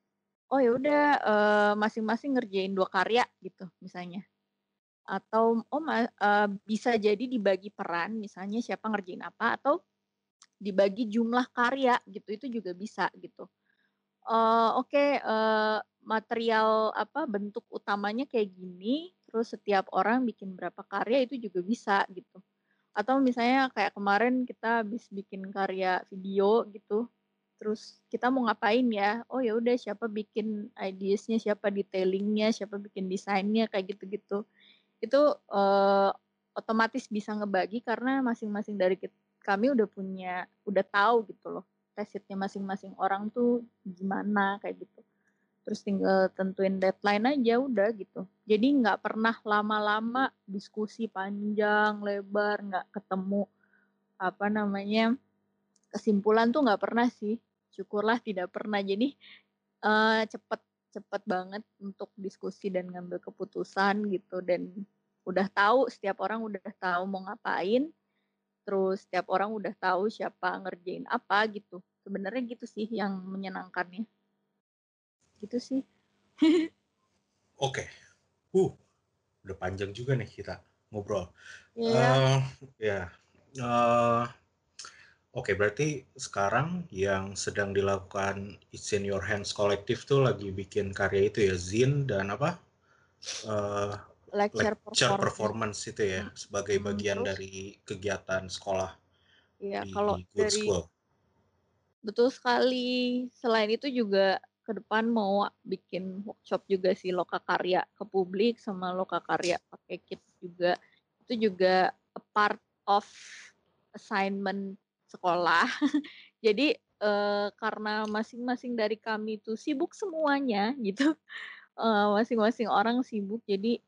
Oh ya udah, eee, masing-masing ngerjain dua karya gitu misalnya. Atau oh ma eee, bisa jadi dibagi peran misalnya siapa ngerjain apa atau dibagi jumlah karya gitu, itu juga bisa gitu. Eee, oke, eee, material apa, bentuk utamanya kayak gini, terus setiap orang bikin berapa karya itu juga bisa gitu. Atau misalnya kayak kemarin kita habis bikin karya video gitu, terus kita mau ngapain ya, oh ya udah siapa bikin ideas-nya, siapa detailing-nya, siapa bikin desainnya, kayak gitu-gitu. Itu, eee, otomatis bisa ngebagi karena masing-masing dari kit kami udah punya udah tahu gitu loh, taste-nya masing-masing orang tuh gimana, kayak gitu. Terus tinggal tentuin deadline aja udah gitu. Jadi nggak pernah lama-lama diskusi panjang lebar, nggak ketemu, apa namanya, kesimpulan tuh nggak pernah sih. Syukurlah tidak pernah. Jadi, eee, cepet cepet banget untuk diskusi dan ngambil keputusan gitu dan udah tahu, setiap orang udah tahu mau ngapain, terus setiap orang udah tahu siapa ngerjain apa gitu. Sebenarnya gitu sih yang menyenangkannya. Gitu sih. Oke, uh, udah panjang juga nih kita ngobrol. Iya. Eee, ya, eee, oke berarti sekarang yang sedang dilakukan It's in Your Hands Collective tuh lagi bikin karya itu ya, zine dan apa, eee, Lecture lecture performance. performance itu ya, sebagai Mhm, bagian terus dari kegiatan sekolah iya kalau di Good dari School. betul sekali. Selain itu juga ke depan mau bikin workshop juga sih lokakarya ke publik sama lokakarya pakai kit juga. Itu juga a part of assignment sekolah. Jadi, eee, karena masing-masing dari kami itu sibuk semuanya gitu, eee, masing-masing orang sibuk jadi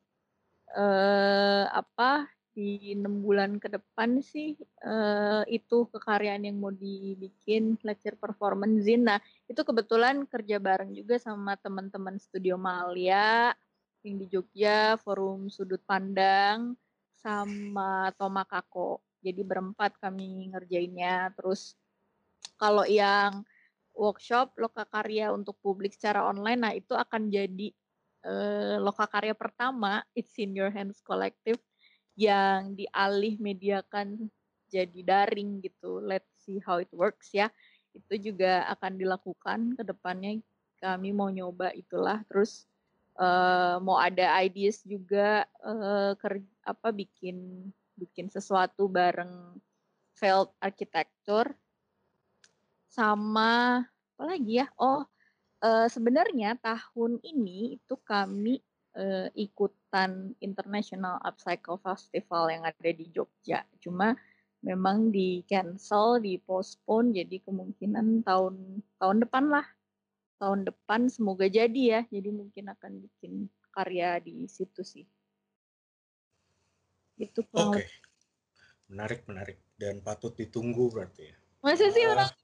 Eee, apa, di enam bulan ke depan sih, eee, itu kekaryaan yang mau dibikin lecture performance zine. Nah, itu kebetulan kerja bareng juga sama teman-teman Studio Malia yang di Jogja, Forum Sudut Pandang, sama Tomakako. Jadi berempat kami ngerjainnya. Terus kalau yang workshop lokakarya untuk publik secara online, nah itu akan jadi, eee, lokakarya pertama It's in Your Hands Collective yang dialih mediakan jadi daring gitu. Let's see how it works ya. Itu juga akan dilakukan ke depannya, kami mau nyoba itulah. Terus, eee, mau ada ideas juga, eee, ker apa, bikin bikin sesuatu bareng Felt Architecture. Sama apalagi ya, oh, eee, sebenarnya tahun ini itu kami, eee, ikutan International Upcycle Festival yang ada di Jogja. Cuma memang di-cancel, di-postpone, jadi kemungkinan tahun tahun depan lah, tahun depan semoga jadi ya. Jadi mungkin akan bikin karya di situ sih. Itu kurang Oke, lebih. menarik menarik dan patut ditunggu berarti ya. Masa sih Eee, orang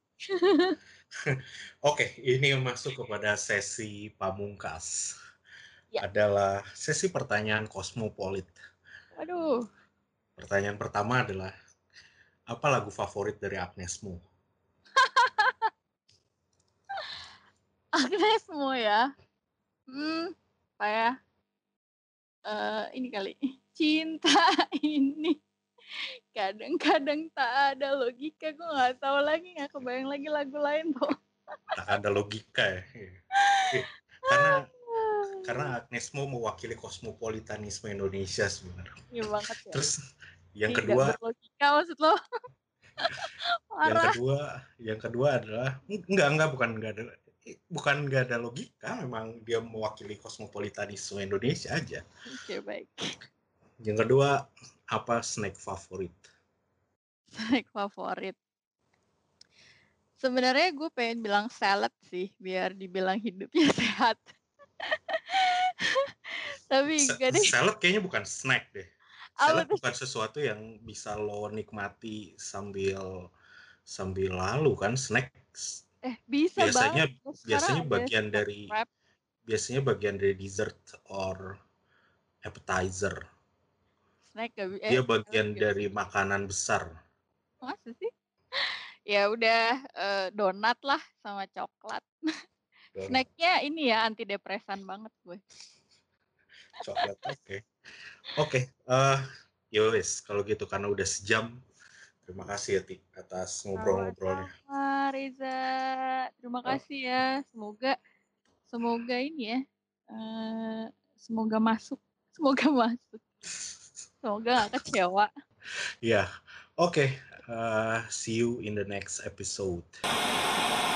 oke, ini masuk kepada sesi pamungkas. ya, Adalah sesi pertanyaan kosmopolit. waduh, Pertanyaan pertama adalah, apa lagu favorit dari Agnes Mo? Agnes Mo ya, mmm, apa ya, eee, ini kali, cinta ini kadang-kadang tak ada logika, gue nggak tahu lagi, nggak kebayang lagi lagu lain tuh. Tak ada logika ya. Iya. Iya. Karena karena Agnes Mo mewakili kosmopolitanisme Indonesia sebenarnya. Iya banget ya, Terus yang tidak kedua, berlogika maksud lo? yang Parah. kedua, yang kedua adalah enggak enggak bukan enggak ada bukan enggak ada logika, memang dia mewakili kosmopolitanisme Indonesia aja. Oke, baik. Yang kedua, apa snack favorit? Snack favorit. Sebenarnya gue pengen bilang salad sih, biar dibilang hidupnya sehat. Tapi enggak deh. Salad kayaknya bukan snack deh. Apa Salad tuh? bukan sesuatu yang bisa lo nikmati sambil sambil lalu kan. Snack Eh, bisa banget. biasanya Terus sekarang biasanya ada bagian snack dari wrap. biasanya bagian dari dessert or appetizer. Snack gak bi eh, Dia salad bagian gak bisa dari gitu. makanan besar. Masa sih? Ya udah, eee, donat lah sama coklat. Donat. Snack-nya ini ya antidepresan banget gue. Coklat, oke. Oke, eh yowes kalau gitu karena udah sejam. Terima kasih ya Tik atas ngobrol-ngobrolnya. Sama-sama Reza. Terima Oh, kasih ya. Semoga semoga ini ya. eh, semoga masuk. Semoga masuk. Semoga gak kecewa. ya, oke. eh, see you in the next episode.